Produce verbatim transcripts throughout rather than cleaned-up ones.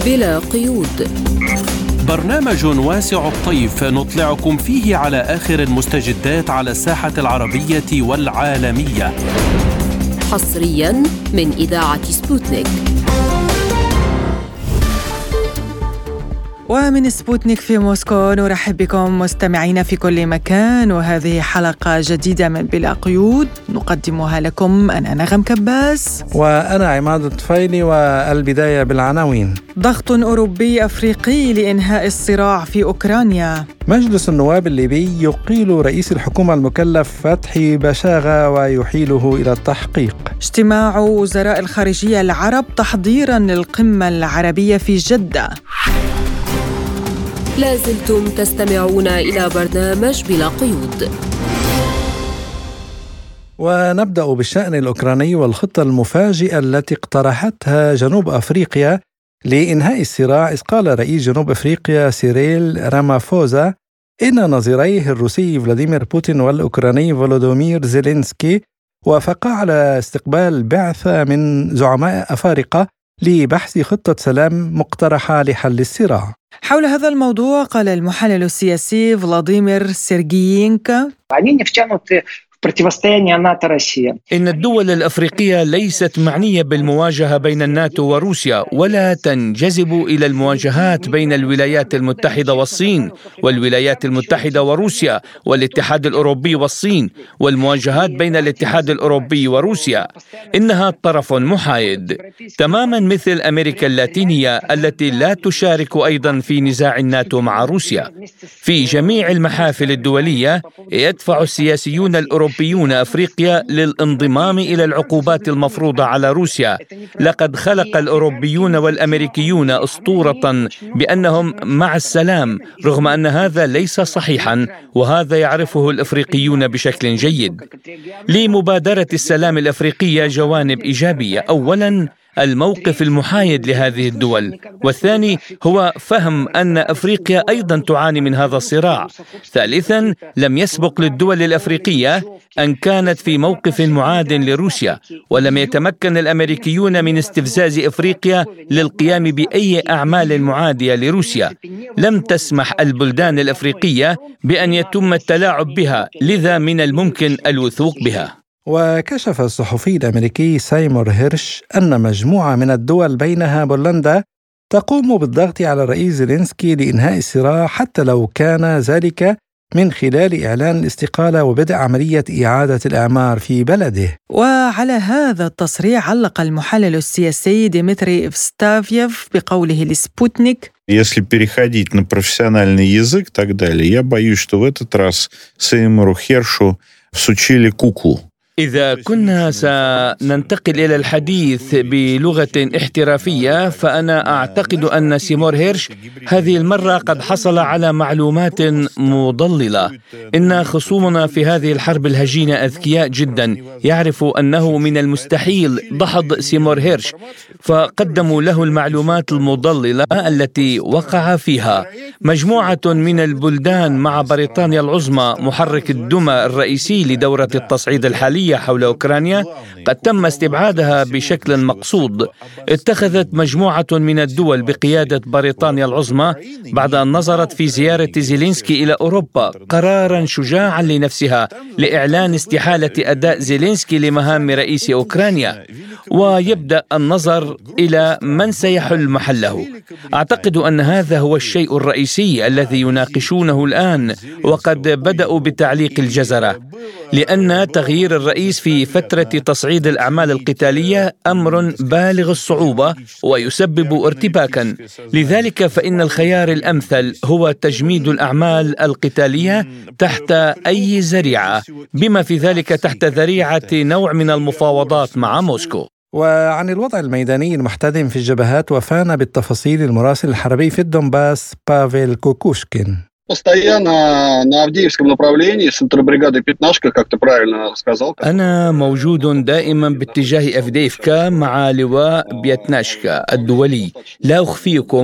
بلا قيود، برنامج واسع الطيف نطلعكم فيه على آخر المستجدات على الساحة العربية والعالمية، حصرياً من إذاعة سبوتنيك. ومن سبوتنيك في موسكو نرحب بكم مستمعين في كل مكان، وهذه حلقة جديدة من بلا قيود نقدمها لكم أنا نغم كباس وأنا عماد الطفيلي. والبداية بالعناوين. ضغط أوروبي أفريقي لإنهاء الصراع في أوكرانيا. مجلس النواب الليبي يقيل رئيس الحكومة المكلف فتحي بشاغة ويحيله إلى التحقيق. اجتماع وزراء الخارجية العرب تحضيراً للقمة العربية في جدة. لازلتم تستمعون إلى برنامج بلا قيود. ونبدأ بالشأن الأوكراني والخطة المفاجئة التي اقترحتها جنوب أفريقيا لإنهاء الصراع، إذ قال رئيس جنوب أفريقيا سيريل رامافوزا إن نظيريه الروسي فلاديمير بوتين والأوكراني فولودومير زيلينسكي وافقا على استقبال بعثة من زعماء أفارقة لبحث خطة سلام مقترحة لحل الصراع. حول هذا الموضوع قال المحلل السياسي فلاديمير سيرجيينكا: إن الدول الأفريقية ليست معنية بالمواجهة بين الناتو وروسيا، ولا تنجذب إلى المواجهات بين الولايات المتحدة والصين، والولايات المتحدة وروسيا، والاتحاد الأوروبي والصين، والمواجهات بين الاتحاد الأوروبي وروسيا. إنها طرف محايد تماما مثل أمريكا اللاتينية التي لا تشارك أيضا في نزاع الناتو مع روسيا. في جميع المحافل الدولية يدفع السياسيون الأوروبيون أوروبيون أفريقيا للانضمام إلى العقوبات المفروضة على روسيا. لقد خلق الأوروبيون والأمريكيون أسطورة بأنهم مع السلام، رغم أن هذا ليس صحيحا، وهذا يعرفه الأفريقيون بشكل جيد. لمبادرة السلام الأفريقية جوانب إيجابية: أولا الموقف المحايد لهذه الدول، والثاني هو فهم أن أفريقيا أيضا تعاني من هذا الصراع. ثالثا لم يسبق للدول الأفريقية أن كانت في موقف معاد لروسيا، ولم يتمكن الأمريكيون من استفزاز أفريقيا للقيام بأي أعمال معادية لروسيا. لم تسمح البلدان الأفريقية بأن يتم التلاعب بها، لذا من الممكن الوثوق بها. وكشف الصحفي الأمريكي سايمور هيرش أن مجموعة من الدول بينها بولندا تقوم بالضغط على الرئيس زيلينسكي لإنهاء الصراع، حتى لو كان ذلك من خلال إعلان الاستقالة وبدء عملية إعادة الإعمار في بلده. وعلى هذا التصريح علق المحلل السياسي ديمتري إفستافيев بقوله لسبوتنيك: Если переходить на профессиональный язык, так далее, я боюсь, что в этот раз Сеймуру Хершу всучили куклу. إذا كنا سننتقل إلى الحديث بلغة احترافية، فأنا أعتقد أن سيمور هيرش هذه المرة قد حصل على معلومات مضللة. إن خصومنا في هذه الحرب الهجينة أذكياء جدا، يعرفوا أنه من المستحيل دحض سيمور هيرش، فقدموا له المعلومات المضللة التي وقع فيها. مجموعة من البلدان مع بريطانيا العظمى محرك الدمى الرئيسي لدورة التصعيد الحالية حول أوكرانيا قد تم استبعادها بشكل مقصود. اتخذت مجموعة من الدول بقيادة بريطانيا العظمى بعد أن نظرت في زيارة زيلينسكي إلى أوروبا قراراً شجاعاً لنفسها لإعلان استحالة أداء زيلينسكي لمهام رئيس أوكرانيا، ويبدأ النظر إلى من سيحل محله. أعتقد أن هذا هو الشيء الرئيسي الذي يناقشونه الآن، وقد بدأوا بتعليق الجزرة، لأن تغيير الرئيس في فترة تصعيد الأعمال القتالية أمر بالغ الصعوبة ويسبب ارتباكا. لذلك فإن الخيار الأمثل هو تجميد الأعمال القتالية تحت أي ذريعة، بما في ذلك تحت ذريعة نوع من المفاوضات مع موسكو. وعن الوضع الميداني المحتدم في الجبهات وفانا بالتفاصيل المراسل الحربي في الدنباس بافيل كوكوشكين. постоянно на Авдеевском направлении с интербригадой «Пятнашка», как ты правильно сказал. أنا موجود دائما باتجاه أفديفكا مع لواء بيتناشكا الدولي. لا أخفيكم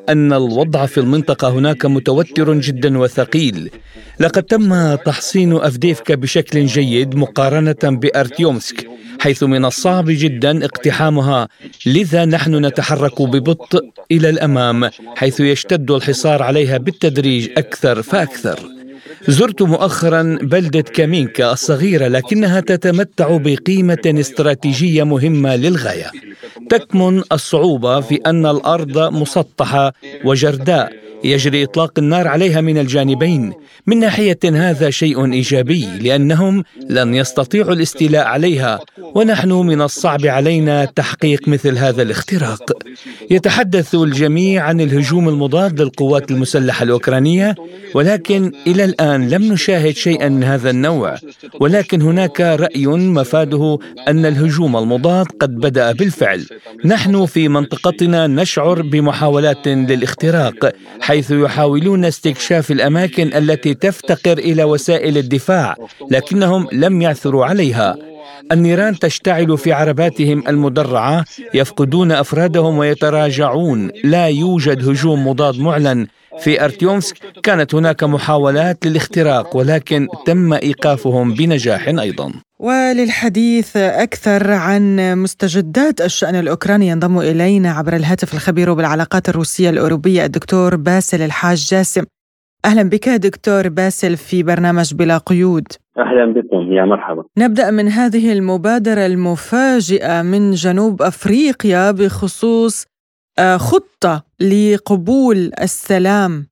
أن الوضع في المنطقة هناك متوتر جدا وثقيل. لقد تم تحصين أفديفكا بشكل جيد مقارنة بأرتيومسك، حيث من الصعب جدا اقتحامها، لذا نحن نتحرك ببطء إلى الأمام حيث يشتد الحصار عليها بالتدريج أكثر فأكثر. زرت مؤخرا بلدة كامينكا الصغيرة، لكنها تتمتع بقيمة استراتيجية مهمة للغاية. تكمن الصعوبة في أن الأرض مسطحة وجرداء يجري إطلاق النار عليها من الجانبين. من ناحية هذا شيء إيجابي، لأنهم لن يستطيعوا الاستيلاء عليها، ونحن من الصعب علينا تحقيق مثل هذا الاختراق. يتحدث الجميع عن الهجوم المضاد للقوات المسلحة الأوكرانية، ولكن إلى الآن لم نشاهد شيئا من هذا النوع. ولكن هناك رأي مفاده أن الهجوم المضاد قد بدأ بالفعل. نحن في منطقتنا نشعر بمحاولات للاختراق، حيث يحاولون استكشاف الأماكن التي تفتقر إلى وسائل الدفاع، لكنهم لم يعثروا عليها. النيران تشتعل في عرباتهم المدرعة، يفقدون أفرادهم ويتراجعون. لا يوجد هجوم مضاد معلن. في أرتيومسك كانت هناك محاولات للاختراق، ولكن تم إيقافهم بنجاح أيضا. وللحديث أكثر عن مستجدات الشأن الأوكراني ينضم إلينا عبر الهاتف الخبير بالعلاقات الروسية الأوروبية الدكتور باسل الحاج جاسم. أهلا بك دكتور باسل في برنامج بلا قيود. أهلا بكم، يا مرحبا. نبدأ من هذه المبادرة المفاجئة من جنوب أفريقيا بخصوص خطة لقبول السلام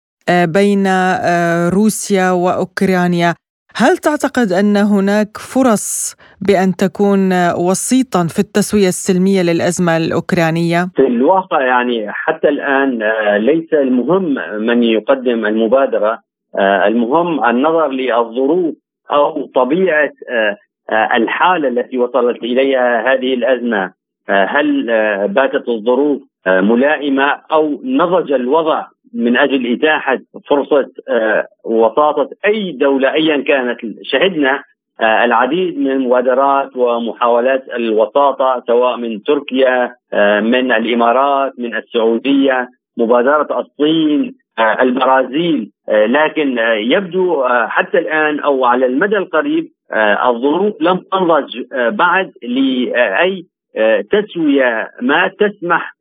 بين روسيا وأوكرانيا. هل تعتقد أن هناك فرص بأن تكون وسيطاً في التسوية السلمية للأزمة الأوكرانية؟ في الواقع يعني حتى الآن ليس المهم من يقدم المبادرة، المهم النظر للظروف أو طبيعة الحالة التي وصلت إليها هذه الأزمة. هل باتت الظروف ملائمة أو نضج الوضع من أجل إتاحة فرصة وساطة أي دولة أيا كانت؟ شهدنا العديد من مبادرات ومحاولات الوساطة، سواء من تركيا، من الإمارات، من السعودية، مبادرة الصين، البرازيل، لكن يبدو حتى الآن أو على المدى القريب الظروف لم تنضج بعد لأي تسوية ما تسمح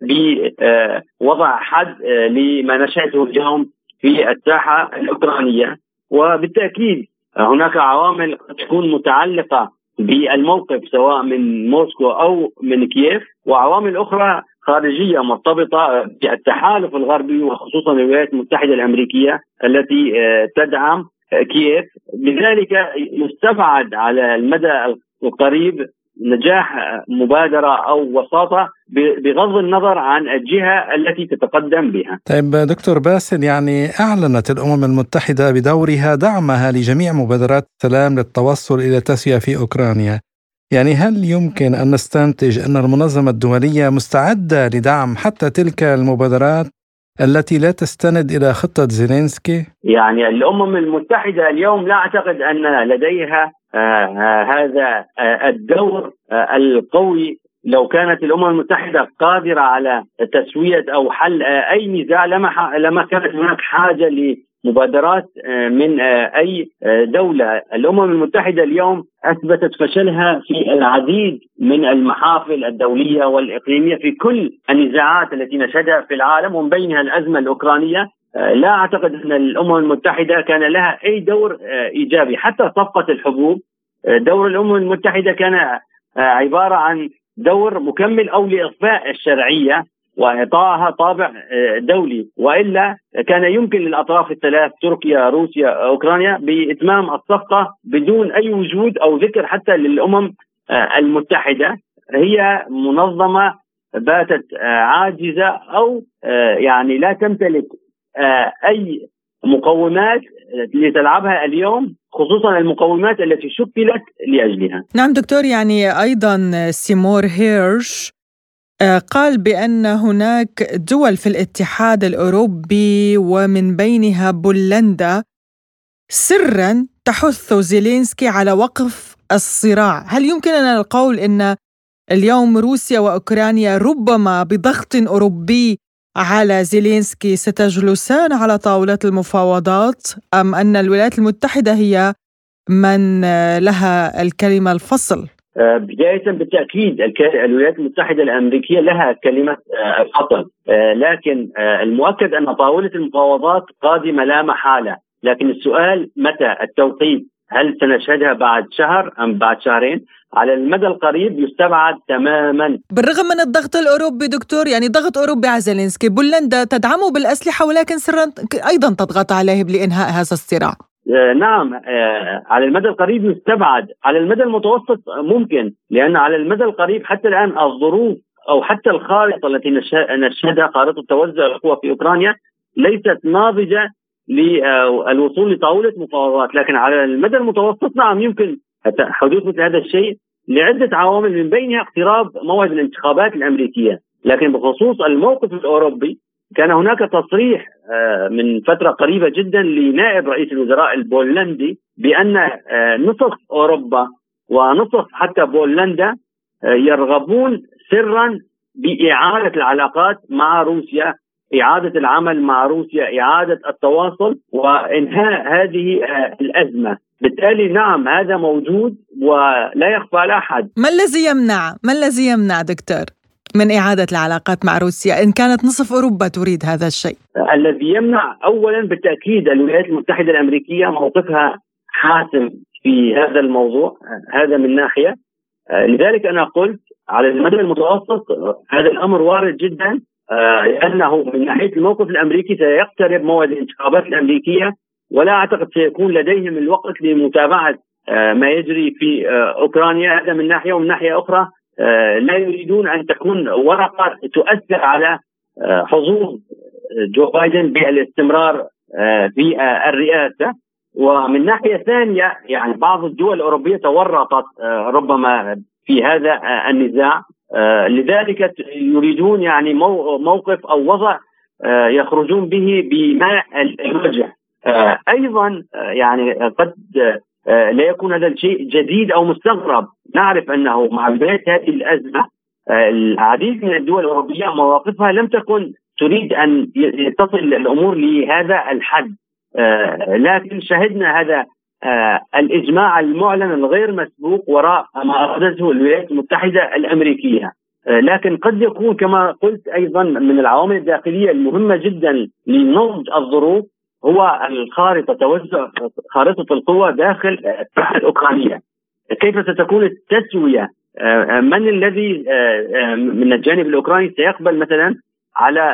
بوضع حد لما نشهده اليوم في الساحة الأوكرانية. وبالتأكيد هناك عوامل قد تكون متعلقة بالموقف سواء من موسكو أو من كييف، وعوامل أخرى خارجية مرتبطة بالتحالف الغربي وخصوصا الولايات المتحدة الأمريكية التي تدعم كييف. لذلك يستبعد على المدى القريب نجاح مبادرة أو وساطة بغض النظر عن الجهة التي تتقدم بها. طيب دكتور باسل، يعني أعلنت الأمم المتحدة بدورها دعمها لجميع مبادرات السلام للتوصل إلى تسوية في أوكرانيا. يعني هل يمكن أن نستنتج أن المنظمة الدولية مستعدة لدعم حتى تلك المبادرات التي لا تستند إلى خطة زيلينسكي؟ يعني الأمم المتحدة اليوم لا أعتقد أن لديها آه هذا آه الدور آه القوي. لو كانت الأمم المتحدة قادرة على تسوية أو حل آه أي نزاع لما لما كانت هناك حاجة لمبادرات آه من آه أي آه دولة. الأمم المتحدة اليوم أثبتت فشلها في العديد من المحافل الدولية والإقليمية في كل النزاعات التي نشهدها في العالم، ومن بينها الأزمة الأوكرانية. لا أعتقد أن الأمم المتحدة كان لها أي دور إيجابي. حتى صفقة الحبوب، دور الأمم المتحدة كان عبارة عن دور مكمل أو لإخفاء الشرعية وإعطائها طابع دولي، وإلا كان يمكن للأطراف الثلاث تركيا، روسيا، أوكرانيا بإتمام الصفقة بدون أي وجود أو ذكر حتى للأمم المتحدة. هي منظمة باتت عاجزة أو يعني لا تمتلك أي مقومات لتلعبها اليوم، خصوصا المقومات التي شكلت لأجلها. نعم دكتور، يعني أيضا سيمور هيرش قال بأن هناك دول في الاتحاد الأوروبي ومن بينها بولندا سرا تحث زيلينسكي على وقف الصراع. هل يمكننا القول أن اليوم روسيا وأوكرانيا ربما بضغط أوروبي على زيلينسكي ستجلسان على طاولة المفاوضات أم أن الولايات المتحدة هي من لها الكلمة الفصل؟ بداية بالتأكيد الولايات المتحدة الأمريكية لها كلمة الفصل، لكن المؤكد أن طاولة المفاوضات قادمة لا محالة، لكن السؤال متى التوقيت؟ هل سنشهدها بعد شهر أم بعد شهرين؟ على المدى القريب يستبعد تماما. بالرغم من الضغط الأوروبي دكتور، يعني ضغط أوروبي على زيلينسكي، بولندا تدعمه بالأسلحة ولكن سرا أيضا تضغط عليه لإنهاء هذا الصراع. آه نعم، آه على المدى القريب يستبعد، على المدى المتوسط ممكن، لأن على المدى القريب حتى الآن الظروف أو حتى الخارطة التي نشهدها، خارطة توزع القوى في أوكرانيا، ليست ناضجة للوصول لطاولة مفاوضات، لكن على المدى المتوسط نعم يمكن حدوث مثل هذا الشيء لعدة عوامل من بينها اقتراب موعد الانتخابات الأمريكية. لكن بخصوص الموقف الأوروبي، كان هناك تصريح من فترة قريبة جدا لنائب رئيس الوزراء البولندي بأن نصف أوروبا ونصف حتى بولندا يرغبون سرا بإعادة العلاقات مع روسيا، إعادة العمل مع روسيا، إعادة التواصل وإنهاء هذه الأزمة. بالتالي نعم هذا موجود ولا يخفى على أحد. ما الذي يمنع ما الذي يمنع دكتور من إعادة العلاقات مع روسيا إن كانت نصف أوروبا تريد هذا الشيء؟ الذي يمنع أولا بالتأكيد الولايات المتحدة الأمريكية موقفها حاسم في هذا الموضوع، هذا من ناحية. لذلك أنا قلت على المدى المتوسط هذا الأمر وارد جدا، لأنه من ناحية الموقف الأمريكي سيقترب موعد الانتخابات الأمريكية، ولا أعتقد سيكون لديهم الوقت لمتابعة ما يجري في أوكرانيا، هذا من ناحية. ومن ناحية أخرى لا يريدون أن تكون ورقة تؤثر على حظوظ جو بايدن بالاستمرار في الرئاسة. ومن ناحية ثانية يعني بعض الدول الأوروبية تورطت ربما في هذا النزاع، لذلك يريدون يعني موقف أو وضع يخرجون به بماء الوجه. أيضا يعني قد لا يكون هذا الشيء جديد أو مستغرب، نعرف أنه مع بداية هذه الأزمة العديد من الدول الأوروبية مواقفها لم تكن تريد أن تصل الأمور لهذا الحد، لكن شهدنا هذا الإجماع المعلن الغير مسبوق وراء ما أرادته الولايات المتحدة الأمريكية. لكن قد يكون كما قلت أيضا من العوامل الداخلية المهمة جدا لنضج الظروف هو الخارطة، توزع خارطة القوى داخل الساحة الأوكرانية. كيف ستكون التسوية؟ من الذي من الجانب الأوكراني سيقبل مثلا على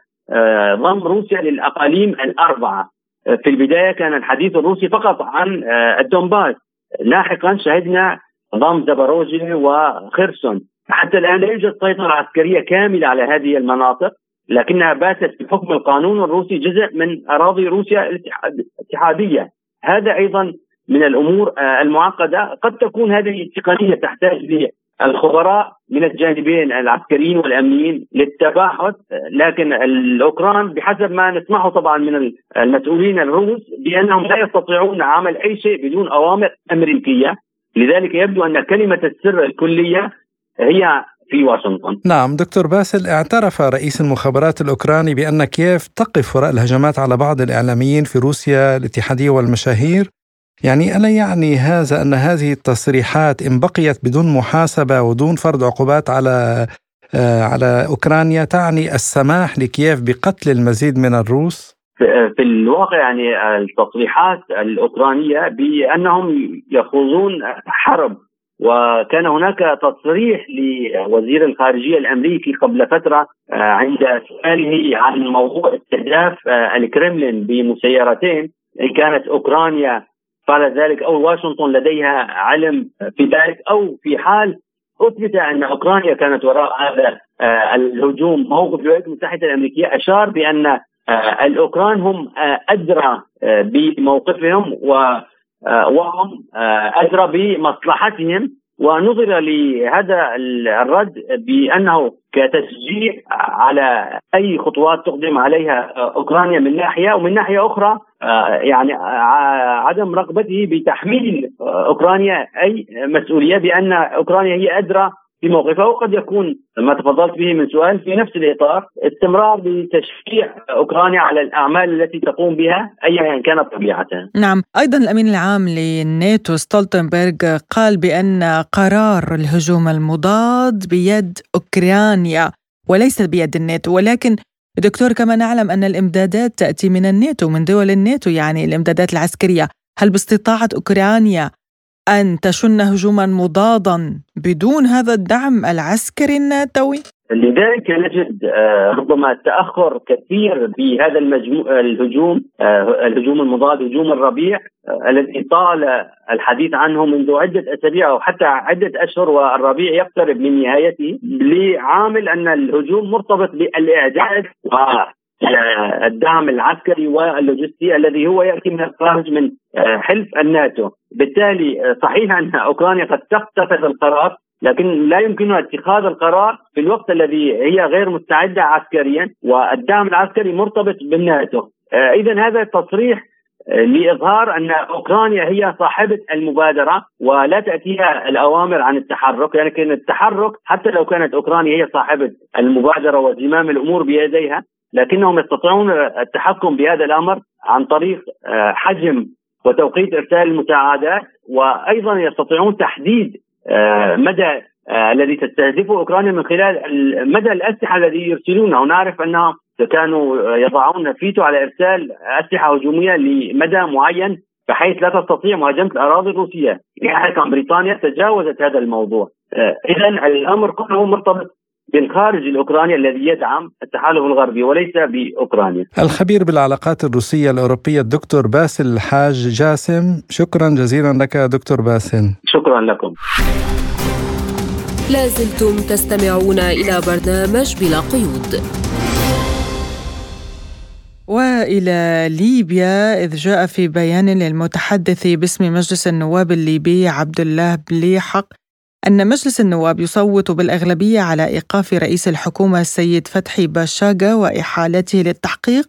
ضم روسيا للأقاليم الأربعة؟ في البداية كان الحديث الروسي فقط عن الدونباس، لاحقا شهدنا ضم زاباروجيا وخيرسون. حتى الآن لا يوجد سيطرة عسكرية كاملة على هذه المناطق، لكنها باتت في حكم القانون الروسي جزء من أراضي روسيا الاتحادية. هذا أيضا من الأمور المعقدة. قد تكون هذه التقنية تحتاج للخبراء من الجانبين العسكريين والأمنيين للتباحث، لكن الأوكران بحسب ما نسمعه طبعا من المسؤولين الروس بأنهم لا يستطيعون عمل أي شيء بدون أوامر أمريكية. لذلك يبدو أن كلمة السر الكلية هي في واشنطن. نعم دكتور باسل، اعترف رئيس المخابرات الأوكراني بأن كييف تقف وراء الهجمات على بعض الإعلاميين في روسيا الاتحادية والمشاهير. يعني ألا يعني هذا أن هذه التصريحات إن بقيت بدون محاسبة ودون فرض عقوبات على على أوكرانيا تعني السماح لكييف بقتل المزيد من الروس؟ في الواقع يعني التصريحات الأوكرانية بأنهم يخوضون حرب، وكان هناك تصريح لوزير الخارجية الأمريكي قبل فترة عند سؤاله عن موضوع استهداف الكرملين بمسيرتين، إن كانت أوكرانيا فعل ذلك أو واشنطن لديها علم في ذلك، أو في حال أثبت أن أوكرانيا كانت وراء هذا الهجوم. موقف الولايات المتحدة الأمريكية أشار بأن الأوكران هم أدرى بموقفهم وهم أدرى بمصلحتهم، ونظر لهذا الرد بأنه كتشجيع على أي خطوات تقدم عليها أوكرانيا من ناحية، ومن ناحية أخرى يعني عدم رغبته بتحميل أوكرانيا أي مسؤولية، بأن أوكرانيا هي أدرى في موقفه. وقد يكون ما تفضلت به من سؤال في نفس الإطار استمرار بتشجيع أوكرانيا على الأعمال التي تقوم بها أيا كانت طبيعتها. نعم. أيضا الأمين العام للناتو ستولتنبرغ قال بأن قرار الهجوم المضاد بيد أوكرانيا وليس بيد الناتو، ولكن دكتور كما نعلم أن الإمدادات تأتي من الناتو، من دول الناتو، يعني الإمدادات العسكرية. هل باستطاعة أوكرانيا أن تشن هجوما مضادا بدون هذا الدعم العسكري الناتوي؟ لذلك نجد ربما تأخر كثير في هذا المجموع الهجوم الهجوم المضاد، هجوم الربيع الذي طال الحديث عنه منذ عدة أسابيع أو حتى عدة أشهر، والربيع يقترب من نهايته، لعامل أن الهجوم مرتبط بالإعداد والدعم العسكري واللوجستي الذي هو يأتي من الخارج من حلف الناتو. بالتالي صحيح أن أوكرانيا قد تتخذ القرار، لكن لا يمكنها اتخاذ القرار في الوقت الذي هي غير مستعدة عسكريا، والدعم العسكري مرتبط بالناتو. إذن هذا تصريح لإظهار أن أوكرانيا هي صاحبة المبادرة ولا تأتيها الأوامر عن التحرك. يعني كان التحرك حتى لو كانت أوكرانيا هي صاحبة المبادرة وزمام الأمور بيديها، لكنهم يستطيعون التحكم بهذا الأمر عن طريق حجم وتوقيت إرسال المساعدات، وأيضا يستطيعون تحديد مدى الذي تستهدفه أوكرانيا من خلال مدى الأسلحة الذي يرسلونه. ونعرف أنهم كانوا يضعون فيتو على إرسال أسلحة هجومية لمدى معين بحيث لا تستطيع مهاجمة الأراضي الروسية. يعني بريطانيا تجاوزت هذا الموضوع. إذن الأمر كله مرتبط بالخارج الأوكراني الذي يدعم التحالف الغربي وليس بأوكرانيا. الخبير بالعلاقات الروسية الأوروبية الدكتور باسل الحاج جاسم، شكرا جزيلا لك دكتور باسل. شكرا لكم. لازلتم تستمعون إلى برنامج بلا قيود. وإلى ليبيا، إذ جاء في بيان للمتحدث باسم مجلس النواب الليبي عبد الله بليحق أن مجلس النواب يصوت بالأغلبية على إيقاف رئيس الحكومة السيد فتحي باشاغا وإحالته للتحقيق،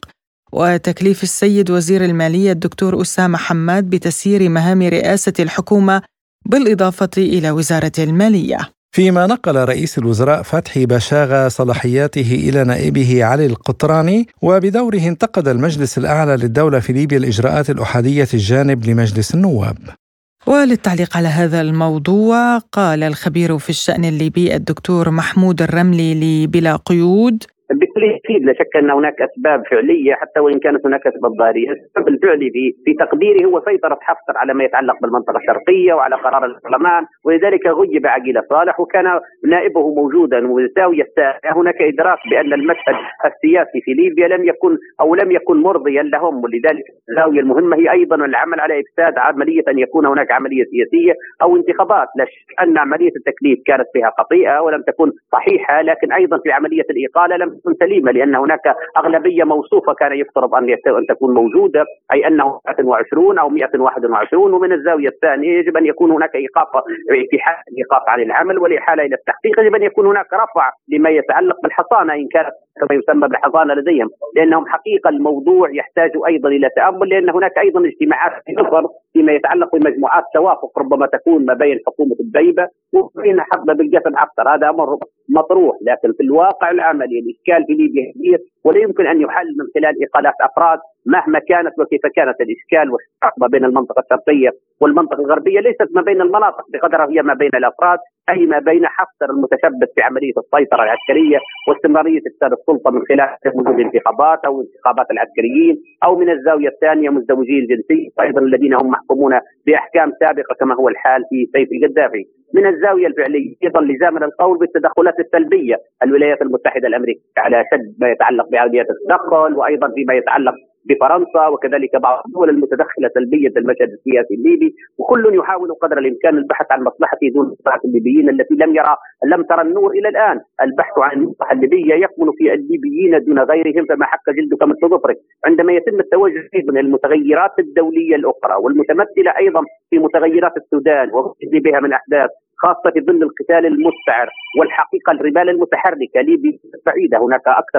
وتكليف السيد وزير المالية الدكتور أسامة حماد بتسيير مهام رئاسة الحكومة بالإضافة إلى وزارة المالية. فيما نقل رئيس الوزراء فتحي باشاغا صلاحياته إلى نائبه علي القطراني، وبدوره انتقد المجلس الأعلى للدولة في ليبيا الإجراءات الأحادية الجانب لمجلس النواب. وللتعليق على هذا الموضوع قال الخبير في الشأن الليبي الدكتور محمود الرملي لبلا قيود: بكل تأكيد لا شك أن هناك أسباب فعلية حتى وإن كانت هناك أسباب ظاهرية. السبب الفعلي في في تقديري هو سيطرة حفتر على ما يتعلق بالمنطقة الشرقية وعلى قرار البرلمان، ولذلك غيب عقيل صالح وكان نائبه موجودا. والزاوية الثانية هناك إدراك بأن المشهد السياسي في ليبيا لم يكن أو لم يكن مرضيا لهم، ولذلك الزاوية المهمة هي أيضا العمل على إفساد عملية أن يكون هناك عملية سياسية أو انتخابات. لا شك أن عملية التكليف كانت فيها خطيئة ولم تكن صحيحة، لكن أيضا في عملية الإقالة لم تكن سليمة، لأن هناك أغلبية موصوفة كان يفترض أن تكون موجودة، أي أنه مئة وعشرين أو مئة وواحد وعشرين. ومن الزاوية الثانية يجب أن يكون هناك إيقاف في حال الإيقاف عن العمل والإحالة إلى التحقيق. يجب أن يكون هناك رفع لما يتعلق بالحصانة إن كانت كما يسمى بالحصانة لديهم، لأنهم حقيقة الموضوع يحتاج أيضا إلى تأمل، لأن هناك أيضا اجتماعات في نظر فيما يتعلق بمجموعات توافق ربما تكون ما بين حكومة الديبة وبين حزب بالجسم حفتر. هذا أمر مطروح، لكن في الواقع العملي الإشكال في ليبيا كبير ولا يمكن أن يحل من خلال إقالات أفراد مهما كانت وكيف كانت. الإشكال والشقاق ما بين المنطقة الشرقية والمنطقة الغربية ليست ما بين المناطق بقدر هي ما بين الأفراد، أي ما بين حفتر المتشبث في عملية السيطرة العسكرية واستمرارية إفساد السلطة من خلال وجود انتخابات أو انتخابات العسكريين، أو من الزاوية الثانية مزدوجي الجنسية أيضا الذين هم محكومون بأحكام سابقة كما هو الحال في سيف القذافي. من الزاوية الفعلية أيضا لزامنا القول بالتدخلات السلبية الولايات المتحدة الأمريكية على شد ما يتعلق بعمليات التدخل، وأيضا فيما يتعلق بفرنسا وكذلك بعض الدول المتدخلة سلبية في المشهد السياسي الليبي، وكل يحاول قدر الإمكان البحث عن مصلحته دون مصلحة الليبيين التي لم يرى لم ترى النور إلى الآن. البحث عن المصلحة الليبية يكمن في الليبيين دون غيرهم، فما حق جلدك مثل ظفرك. عندما يتم التوجه من المتغيرات الدولية الأخرى والمتمثلة أيضا في متغيرات السودان وما بها من أحداث خاصة في ظل القتال المستعر والحقيقة الرمال المتحركة ليبيا بعيدة، هناك أكثر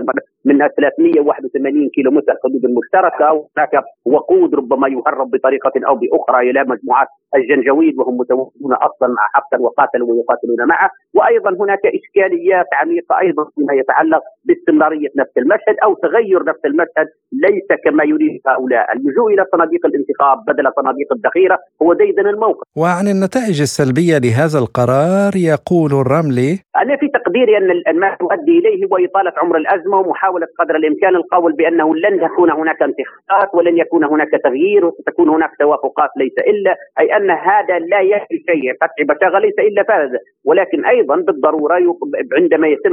من ثلاثمئة وواحد وثمانين كيلومتر حدود المشتركة، وهناك وقود ربما يهرب بطريقة أو بأخرى إلى مجموعات الجنجويد وهم متواجدون أصلا مع حفتر وقاتلوا ويقاتلون معه. وأيضا هناك إشكاليات عميقة أيضا فيما يتعلق باستمرارية نفس المشهد أو تغير نفس المشهد ليس كما يريد هؤلاء. اللجوء إلى صناديق الانتخاب بدل صناديق الذخيرة هو ديدن الموقف. وعن النتائج السلبية لهذا القرار يقول الرملي: أنا في تقديري أن ما تؤدي إليه هو إطالة عمر الأزمة ومحاولة قدر الإمكان القول بأنه لن يكون هناك انتخابات ولن يكون هناك تغيير وستكون هناك توافقات، ليس إلا أي أن هذا لا يعني شيء. فتحي بشاغة ليس إلا فاز، ولكن أيضا بالضرورة عندما يتم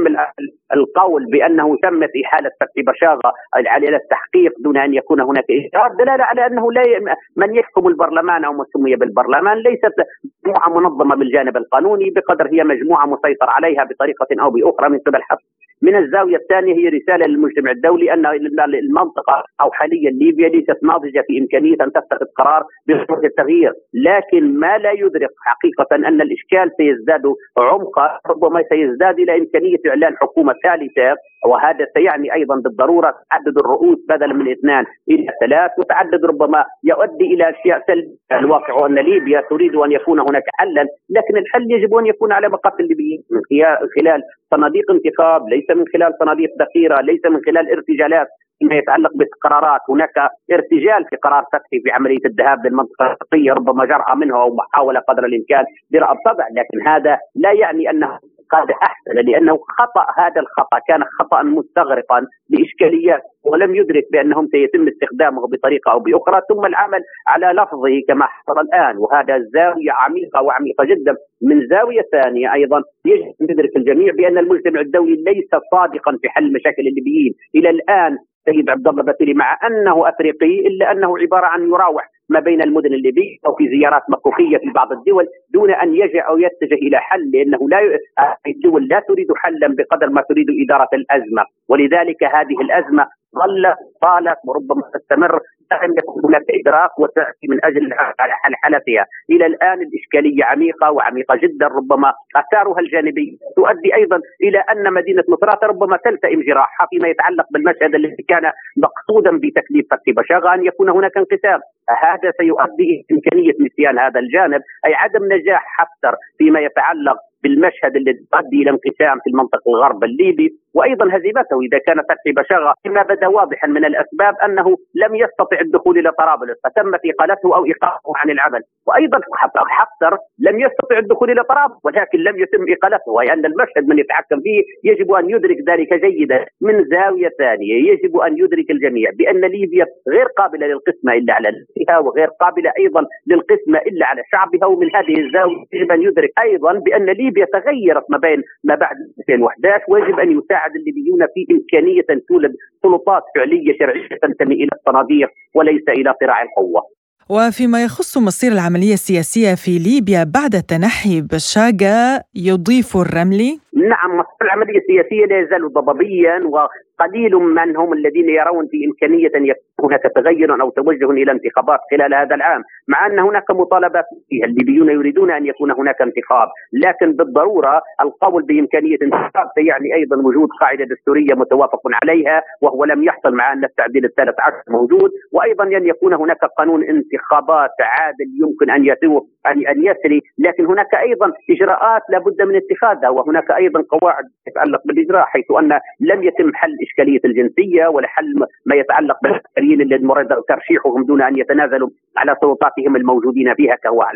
القول بأنه تم في حالة فتحي بشاغة على التحقيق دون أن يكون هناك إجراء دلالة على أنه لا ي... من يحكم البرلمان أو ما سمي بالبرلمان ليست مجموعة منظمة بالجانب القانوني بقدر هي مجموعة مسيطر عليها بطريقة أو بأخرى من قبل حفظ. من الزاوية الثانية هي رسالة للمجتمع الدولي أن المنطقة أو حاليا ليبيا ليست ناضجة في إمكانية أن تتخذ قرار بضرورة التغيير، لكن ما لا يدرك حقيقة أن الإشكال سيزداد عمقا، ربما سيزداد إلى إمكانية إعلان حكومة ثالثة، وهذا سيعني أيضا بالضرورة تعدد الرؤوس بدلا من اثنان إلى ثلاث، وتعدد ربما يؤدي إلى أشياء سلبية. الواقع أن ليبيا تريد أن يكون هناك حلا، لكن الحل يجب أن يكون على مقاس الليبيين من خلال صناديق انتخاب، ليس من خلال صناديق ذخيرة، ليس من خلال ارتجالات فيما يتعلق بالقرارات. هناك ارتجال في قرار فتحي في عملية الذهاب للمنطقة الشرقية، ربما جرأة منه أو محاولة قدر الإمكان برأى الطبع، لكن هذا لا يعني أنه قد أحسن، لأنه خطأ. هذا الخطأ كان خطأ مستغرقا لإشكاليات ولم يدرك بأنهم سيتم استخدامه بطريقة أو بأخرى، ثم العمل على لفظه كما حصل الآن، وهذا زاوية عميقة وعميقة جدا. من زاوية ثانية أيضا يجب أن يدرك الجميع بأن المجتمع الدولي ليس صادقا في حل مشاكل الليبيين إلى الآن. سيد عبد الله باتيلي مع أنه أفريقي إلا أنه عبارة عن يراوح ما بين المدن الليبية أو في زيارات مكوكية في بعض الدول دون أن يجع أو يتجه إلى حل، لأنه لا ي... الدول لا تريد حلا بقدر ما تريد إدارة الأزمة، ولذلك هذه الأزمة ظلت طالت وربما تستمر، لم يكن هناك إدراك وتأتي من أجل حلحلتها. إلى الآن الإشكالية عميقة وعميقة جدا، ربما آثارها الجانبية تؤدي أيضا إلى أن مدينة مصراتة ربما تلتئم جراحها فيما يتعلق بالمشهد الذي كان مقصودا بتكليف فتحي بشاغة أن يكون هناك انقسام. هذا سيؤدي إلى إمكانية نسيان هذا الجانب، أي عدم نجاح حفتر فيما يتعلق بالمشهد الذي يؤدي الى انقسام في المنطقه الغرب الليبي، وايضا هزيمته اذا كان فتحي بشاغة كما بدا واضحا من الاسباب انه لم يستطع الدخول الى طرابلس فتم اقالته او ايقافه عن العمل، وايضا حفتر لم يستطع الدخول الى طرابلس ولكن لم يتم اقالته، اي ان المشهد من يتحكم فيه يجب ان يدرك ذلك جيدا. من زاويه ثانيه يجب ان يدرك الجميع بان ليبيا غير قابله للقسمه الا على نفسها، وغير قابله ايضا للقسمه الا على شعبها، ومن هذه الزاويه يجب ان يدرك ايضا بان ليبيا تغيرت ما بين ما بعد ألفين وأحد عشر، ويجب أن يساعد الليبيون في إمكانية أن تولد سلطات فعلية شرعية تنتمي إلى الصناديق وليس إلى صراع القوة. وفيما يخص مصير العملية السياسية في ليبيا بعد تنحي بشاغة يضيف الرملي: نعم، مصير العملية السياسية لا يزال ضبابيا، وقليل من هم الذين يرون في إمكانية أن يكون هناك تغير أو توجه إلى انتخابات خلال هذا العام، مع أن هناك مطالبات فيها. الليبيون يريدون أن يكون هناك انتخاب، لكن بالضرورة القول بإمكانية انتخاب سيعني أيضا وجود قاعدة دستورية متوافق عليها، وهو لم يحصل مع أن التعديل الثالث عشر موجود، وأيضا أن يكون هناك قانون انتخابات عادل يمكن أن يسوق أن يسري، لكن هناك أيضا إجراءات لابد من اتخاذها، وهناك أيضا قواعد تتعلق بالإجراء، حيث أن لم يتم حل إشكالية الجنسية ولا حل ما يتعلق بالعسكريين الذين مراد ترشيحهم دون أن يتنازلوا على سلطاتهم الموجودين فيها كهوال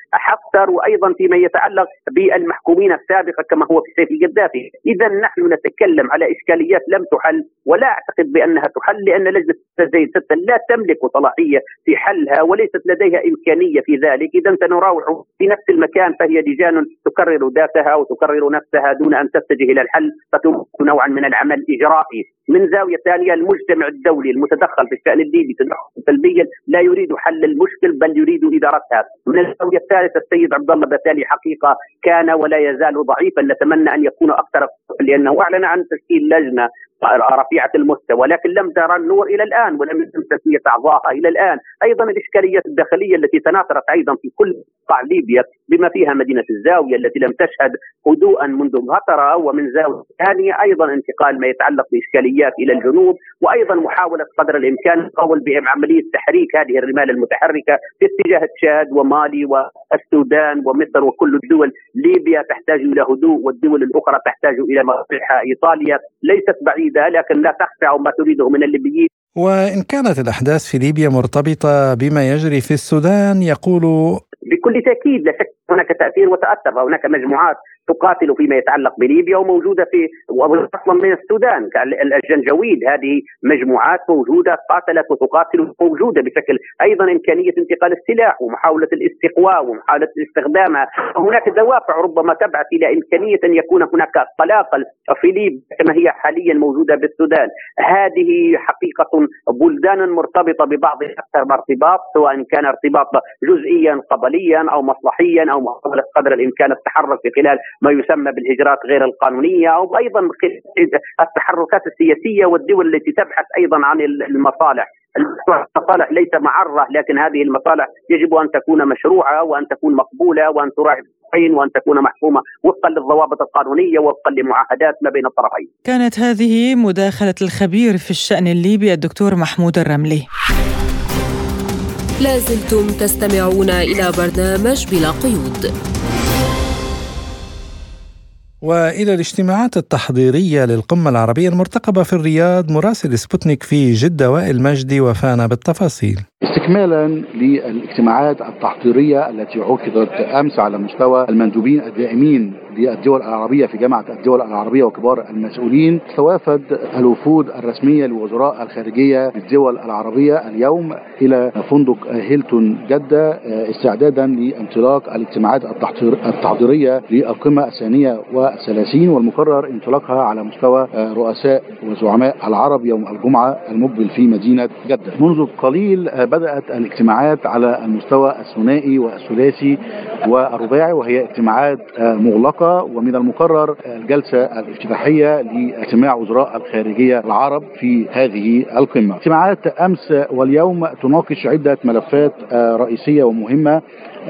حفتر، وأيضا فيما يتعلق بالمحكومين السابقة كما هو في سيف القذافي. إذا نحن نتكلم على إشكاليات لم تحل، ولا أعتقد بأنها تحل، لأن لجنة زي ستة لا تملك صلاحية في حلها وليست لديها إمكانية في ذلك. إذا سنراوح في نفس المكان، فهي لجان تكرر ذاتها وتكرر نفسها دون أن تتجه إلى الحل، فتكون نوعا من العمل إجرائي. من زاوية ثانية المجتمع الدولي المتدخل في الشأن الليبي تدخل سلبيا لا يريد حل المشكل بل يريد إدارتها. من الزاوية الثالثة السيد عبد الله باتيلي حقيقة كان ولا يزال ضعيفا، نتمنى أن يكون أكثر، لأنه أعلن عن تشكيل لجنة رفيعة المستوى لكن لم ترى النور إلى الآن ولم يتم تسمية أعضائها إلى الآن. أيضا الإشكاليات الداخلية التي تناثرت أيضا في كل قطاع ليبيا بما فيها مدينة الزاوية التي لم تشهد هدوءا منذ فترة، ومن زاوية ثانية أيضا انتقال ما يتعلق بإشكاليات إلى الجنوب، وأيضا محاولة قدر الإمكان القول بعملية تحريك هذه الرمال المتحركة في اتجاه تشاد ومالي والسودان ومصر وكل الدول. ليبيا تحتاج إلى هدوء والدول الأخرى تحتاج إلى مصلحة. إيطاليا ليست بعيدة لكن لا تخفع ما تريده من الليبيين. وإن كانت الأحداث في ليبيا مرتبطة بما يجري في السودان، يقول بكل تأكيد لا شك هناك تأثير وتأثر. هناك مجموعات تقاتل فيما يتعلق بليبيا وموجودة في أصلا من السودان الجنجويد. هذه مجموعات موجودة قاتلت وتقاتل موجودة بشكل. أيضا إمكانية انتقال السلاح ومحاولة الاستقواء ومحاولة استخدامها. هناك دوافع ربما تبعث إلى إمكانية أن يكون هناك قلاقل في ليبيا كما هي حاليا موجودة بالسودان. هذه حقيقة بلدان مرتبطة ببعض أكثر ارتباط، سواء كان ارتباط جزئيا قبليا أو مصلحيا أو محاولة قدر الإمكان التحرك في خلال ما يسمى بالهجرات غير القانونية، أو أيضا التحركات السياسية والدول التي تبحث أيضا عن المصالح. المصالح ليس معرة، لكن هذه المصالح يجب أن تكون مشروعة وأن تكون مقبولة وأن تراعي الطرفين وأن تكون محكومة وفقا للضوابط القانونية وفقا لمعاهدات ما بين الطرفين. كانت هذه مداخلة الخبير في الشأن الليبي الدكتور محمود الرملي. لازلتم تستمعون إلى برنامج بلا قيود. وإلى الاجتماعات التحضيرية للقمة العربية المرتقبة في الرياض، مراسل سبوتنيك في جدة وائل مجدي وفانا بالتفاصيل. استكمالا للاجتماعات التحضيرية التي عقدت أمس على مستوى المندوبين الدائمين للدول العربية في جامعة الدول العربية وكبار المسؤولين، توافد الوفود الرسمية لوزراء الخارجية للدول العربية اليوم إلى فندق هيلتون جدة استعدادا لانطلاق الاجتماعات التحضيرية للقمة الثانية والثلاثين، والمقرر انطلاقها على مستوى رؤساء وزعماء العرب يوم الجمعة المقبل في مدينة جدة. منذ قليل بدأت الاجتماعات على المستوى الثنائي والثلاثي والرباعي، وهي اجتماعات مغلقة، ومن المقرر الجلسة الافتتاحية لاجتماع وزراء الخارجية العرب في هذه القمة. اجتماعات أمس واليوم تناقش عدة ملفات رئيسية ومهمة،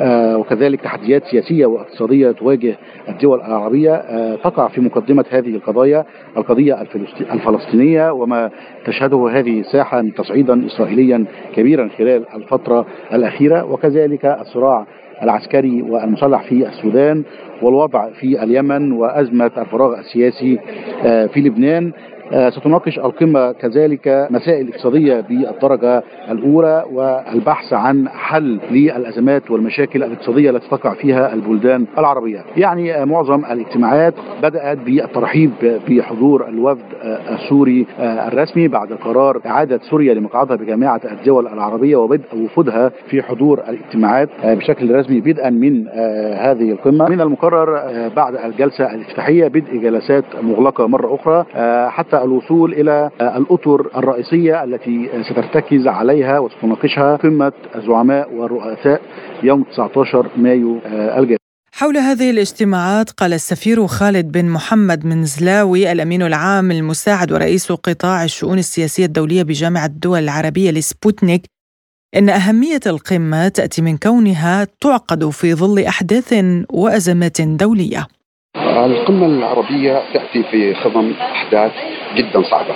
وكذلك تحديات سياسية واقتصادية تواجه الدول العربية. تقع في مقدمة هذه القضايا القضية الفلسطينية وما تشهده هذه الساحة من تصعيدا إسرائيليا كبيرا خلال الفترة الأخيرة، وكذلك الصراع العسكري والمسلح في السودان والوضع في اليمن وأزمة الفراغ السياسي في لبنان. ستناقش القمة كذلك مسائل اقتصادية بالدرجة الأولى والبحث عن حل للأزمات والمشاكل الاقتصادية التي تقع فيها البلدان العربية. يعني معظم الاجتماعات بدأت بالترحيب بحضور الوفد السوري الرسمي بعد قرار إعادة سوريا لمقعدها بجامعة الدول العربية وبدء وفودها في حضور الاجتماعات بشكل رسمي بدءا من هذه القمة. من المقرر بعد الجلسة الافتتاحية بدء جلسات مغلقة مرة أخرى حتى الوصول إلى الأطر الرئيسية التي سترتكز عليها وستناقشها قمة الزعماء والرؤساء يوم تسعة عشر مايو الجاري. حول هذه الاجتماعات قال السفير خالد بن محمد منزلاوي الأمين العام المساعد ورئيس قطاع الشؤون السياسية الدولية بجامعة الدول العربية لسبوتنيك إن أهمية القمة تأتي من كونها تعقد في ظل أحداث وأزمات دولية. القمة العربية تأتي في خضم أحداث جدا صعبة،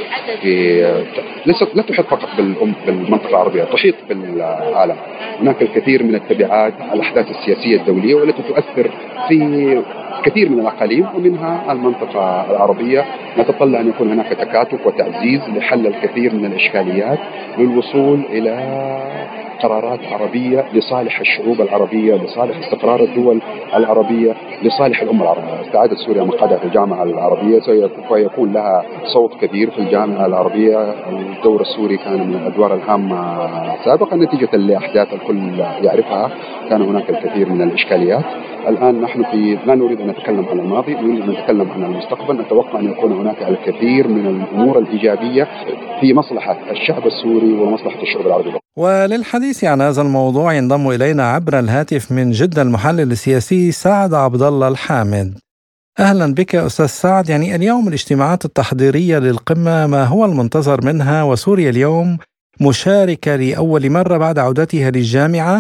ليست لا تحيط فقط بالمنطقة العربية، تحيط بالعالم. هناك الكثير من التبعات على الأحداث السياسية الدولية والتي تؤثر في كثير من الأقاليم ومنها المنطقة العربية. نتطلع أن يكون هناك تكاتف وتعزيز لحل الكثير من الإشكاليات للوصول إلى قرارات عربية لصالح الشعوب العربية، لصالح استقرار الدول العربية، لصالح الأمة العربية. استعادة سوريا مقعدها في الجامعة العربية سيكون لها صوت كبير في الجامعة العربية. الدور السوري كان من الأدوار الهامة سابقا نتيجة لأحداث الكل يعرفها، كان هناك الكثير من الإشكاليات. الآن نحن في لا نريد أن نتكلم عن الماضي، نريد أن نتكلم عن المستقبل. نتوقع أن يكون هناك الكثير من الأمور الإيجابية في مصلحة الشعب السوري ومصلحة الشعوب العربية. وللحديث عن هذا الموضوع ينضم إلينا عبر الهاتف من جدة المحلل السياسي سعد عبد الله الحامد. أهلا بك أستاذ سعد. يعني اليوم الاجتماعات التحضيرية للقمة، ما هو المنتظر منها؟ وسوريا اليوم مشاركة لأول مرة بعد عودتها للجامعة،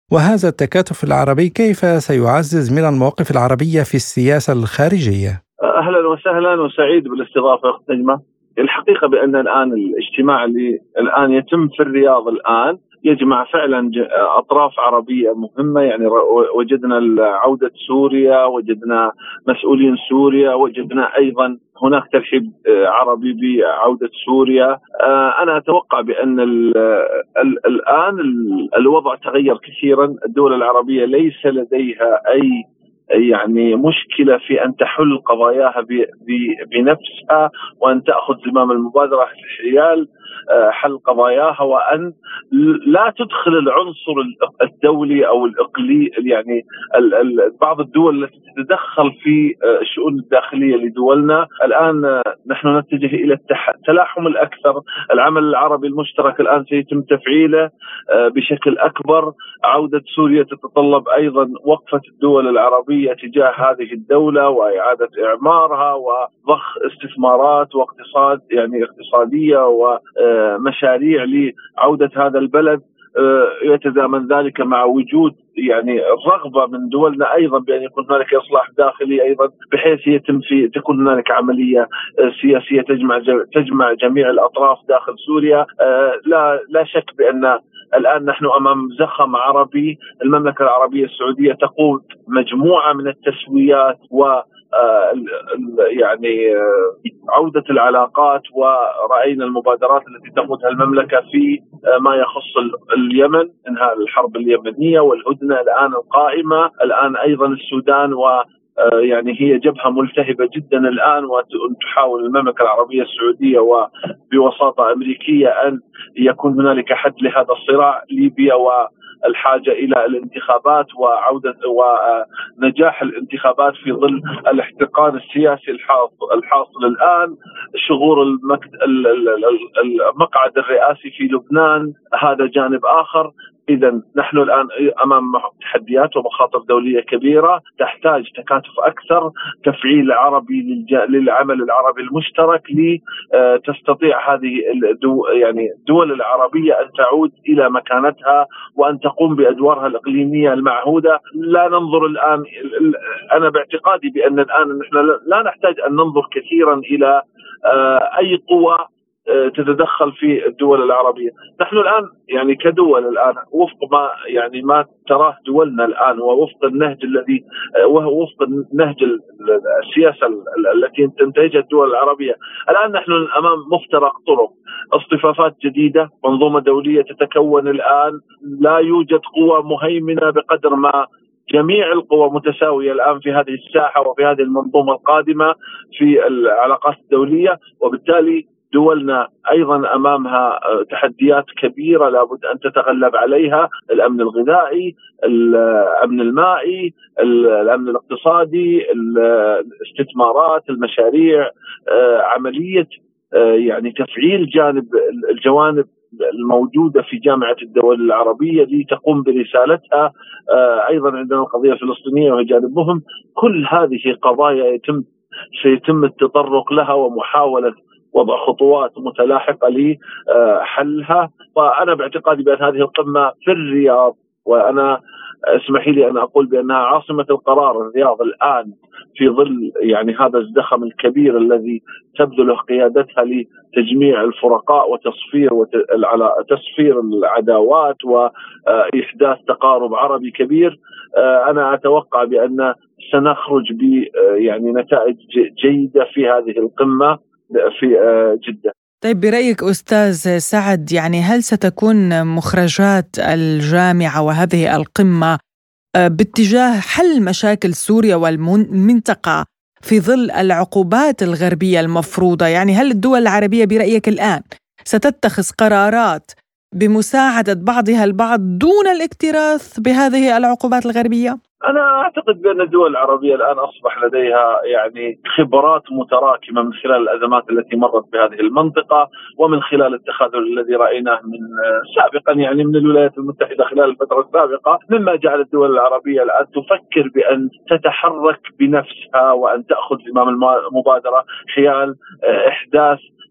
وهذا التكاتف العربي كيف سيعزز من المواقف العربية في السياسة الخارجية؟ أهلا وسهلا وسعيد بالاستضافة أخت نجمة. الحقيقة بأن الآن الاجتماع اللي الآن يتم في الرياض الآن يجمع فعلا أطراف عربية مهمة، يعني وجدنا عودة سوريا، وجدنا مسؤولين سوريا، وجدنا أيضا هناك ترحيب عربي بعودة سوريا. أنا أتوقع بأن الآن الوضع تغير كثيرا. الدول العربية ليس لديها أي يعني مشكلة في أن تحل قضاياها بنفسها وأن تأخذ زمام المبادرة حيال حل قضاياها، وأن لا تدخل العنصر الدولي أو الإقليمي، يعني بعض الدول التي تتدخل في الشؤون الداخلية لدولنا. الآن نحن نتجه إلى التلاحم الأكثر. العمل العربي المشترك الآن سيتم تفعيله بشكل أكبر. عودة سوريا تتطلب أيضا وقفة الدول العربية تجاه هذه الدولة وإعادة إعمارها وضخ استثمارات واقتصاد يعني اقتصادية ومشاريع لعودة هذا البلد. يتزامن ذلك مع وجود يعني الرغبة من دولنا أيضا بأن يكون هناك إصلاح داخلي أيضا، بحيث يتم في تكون هناك عملية سياسية تجمع تجمع جميع الأطراف داخل سوريا. لا لا شك بأن الآن نحن أمام زخم عربي. المملكة العربية السعودية تقود مجموعة من التسويات و يعني عودة العلاقات، ورأينا المبادرات التي تقودها المملكة في ما يخص اليمن، إنهاء الحرب اليمنية والهدنة الآن القائمة، الآن أيضا السودان، و يعني هي جبهة ملتهبة جدا الآن، وتحاول المملكة العربية السعودية وبوساطة أمريكية أن يكون هنالك حد لهذا الصراع. ليبيا والحاجة إلى الانتخابات وعودة ونجاح الانتخابات في ظل الاحتقان السياسي الحاصل الآن. شغور المقعد الرئاسي في لبنان هذا جانب آخر. إذا نحن الآن أمام تحديات ومخاطر دولية كبيرة تحتاج تكاتف أكثر، تفعيل عربي للعمل العربي المشترك لتستطيع هذه الدو يعني الدول العربية أن تعود إلى مكانتها وأن تقوم بأدوارها الإقليمية المعهودة. لا ننظر الآن، أنا باعتقادي بأن الآن نحن لا نحتاج أن ننظر كثيرا إلى أي قوة تتدخل في الدول العربية. نحن الآن يعني كدول الآن وفق ما يعني ما تراه دولنا الآن، ووفق النهج الذي وهو وفق نهج السياسة التي تنتهجها الدول العربية. الآن نحن أمام مفترق طرق، اصطفافات جديدة، منظومة دولية تتكون الآن، لا يوجد قوة مهيمنة بقدر ما جميع القوى متساوية الآن في هذه الساحة وفي هذه المنظومة القادمة في العلاقات الدولية. وبالتالي دولنا أيضا أمامها تحديات كبيرة لابد أن تتغلب عليها: الأمن الغذائي، الأمن المائي، الأمن الاقتصادي، الاستثمارات، المشاريع، عملية يعني تفعيل جانب الجوانب الموجودة في جامعة الدول العربية لتقوم برسالتها. أيضا عندنا القضية الفلسطينية وهي جانب مهم. كل هذه قضايا يتم سيتم التطرق لها ومحاولة وضع خطوات متلاحقة لحلها. وأنا باعتقادي بأن هذه القمة في الرياض، وأنا اسمحي لي أن أقول بأنها عاصمة القرار الرياض الآن في ظل يعني هذا الزخم الكبير الذي تبذله قيادتها لتجميع الفرقاء وتصفير تصفير العداوات وإحداث تقارب عربي كبير. أنا أتوقع بأن سنخرج ب يعني نتائج جيدة في هذه القمة في جدة. طيب، برأيك أستاذ سعد، يعني هل ستكون مخرجات الجامعة وهذه القمة باتجاه حل مشاكل سوريا والمنطقة في ظل العقوبات الغربية المفروضة؟ يعني هل الدول العربية برأيك الآن ستتخذ قرارات بمساعدة بعضها البعض دون الاكتراث بهذه العقوبات الغربية؟ أنا أعتقد بأن الدول العربية الآن أصبح لديها يعني خبرات متراكمة من خلال الأزمات التي مرت بهذه المنطقة، ومن خلال التخاذل الذي رأيناه من سابقا يعني من الولايات المتحدة خلال الفترة السابقة، مما جعل الدول العربية الآن تفكر بأن تتحرك بنفسها وأن تأخذ زمام المبادرة حيال إحداث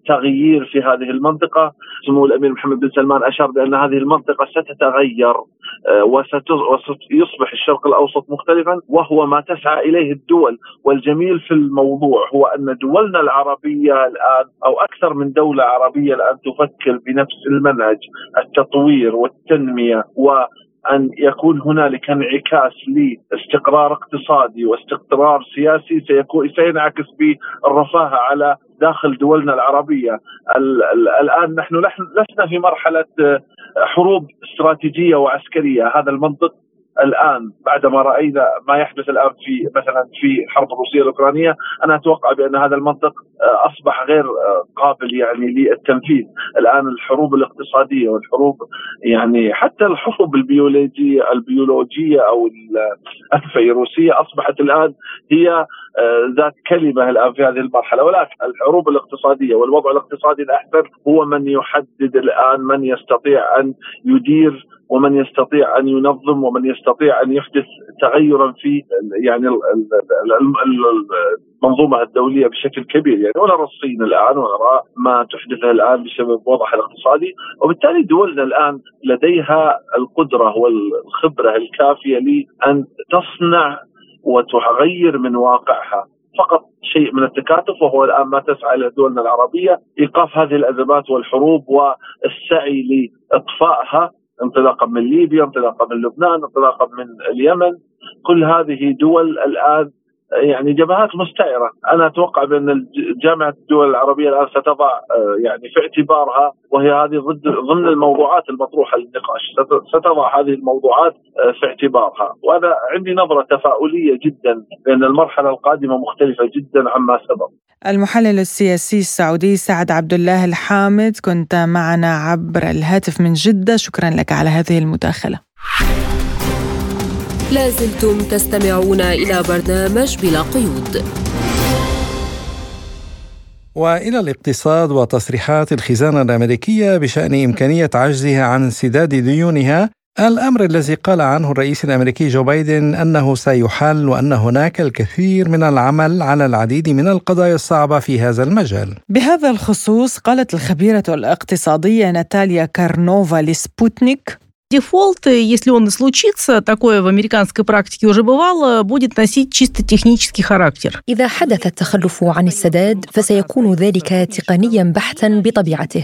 تغيير في هذه المنطقة. سمو الأمير محمد بن سلمان أشار بأن هذه المنطقة ستتغير وسيصبح الشرق الأوسط مختلفا، وهو ما تسعى إليه الدول. والجميل في الموضوع هو أن دولنا العربية الآن أو أكثر من دولة عربية الآن تفكر بنفس المنهج، التطوير والتنمية، وأن يكون هنالك انعكاس لاستقرار اقتصادي واستقرار سياسي سيكون سينعكس بالرفاه على داخل دولنا العربية. الآن نحن لسنا في مرحلة حروب استراتيجية وعسكرية. هذا المنطق الآن بعدما رأينا ما يحدث الآن في مثلا في حرب الروسية الأوكرانية، أنا أتوقع بأن هذا المنطق أصبح غير قابل يعني للتنفيذ. الآن الحروب الاقتصادية والحروب يعني حتى الحروب البيولوجية البيولوجية أو الفيروسية أصبحت الآن هي ذات كلمة الآن في هذه المرحلة. ولكن الحروب الاقتصادية والوضع الاقتصادي الأحسن هو من يحدد الآن من يستطيع أن يدير ومن يستطيع أن ينظم ومن يستطيع أن يحدث تغيرا في يعني المنظومة الدولية بشكل كبير. يعني ونرى الصين الآن ونرى ما تحدثه الآن بسبب وضعها الاقتصادي، وبالتالي دولنا الآن لديها القدرة والخبرة الكافية لأن تصنع وتغير من واقعها. فقط شيء من التكاتف، وهو الآن ما تسعى إلى دولنا العربية إيقاف هذه الأزمات والحروب والسعي لإطفائها، انطلاقا من ليبيا، انطلاقا من لبنان، انطلاقا من اليمن. كل هذه دول الآن يعني جبهات مستعرة. أنا أتوقع بأن جامعة الدول العربية الآن ستضع يعني في اعتبارها، وهي هذه ضد ضمن الموضوعات المطروحة للنقاش، ستضع هذه الموضوعات في اعتبارها. وأنا عندي نظرة تفاؤلية جدا بأن المرحلة القادمة مختلفة جدا عما سبق. المحلل السياسي السعودي سعد عبد الله الحامد، كنت معنا عبر الهاتف من جدة. شكرا لك على هذه المداخلة. لازلتم تستمعون إلى برنامج بلا قيود. وإلى الاقتصاد وتصريحات الخزانة الأمريكية بشأن إمكانية عجزها عن سداد ديونها، الأمر الذي قال عنه الرئيس الأمريكي جو بايدن أنه سيحل، وأن هناك الكثير من العمل على العديد من القضايا الصعبة في هذا المجال. بهذا الخصوص قالت الخبيرة الاقتصادية ناتاليا كارنوفا لسبوتنيك: Дефолт, если он и случится, такое в американской практике уже бывало, будет носить чисто технический характер. إذا حدث التخلف عن السداد فسيكون ذلك تقنيا بحتا بطبيعته،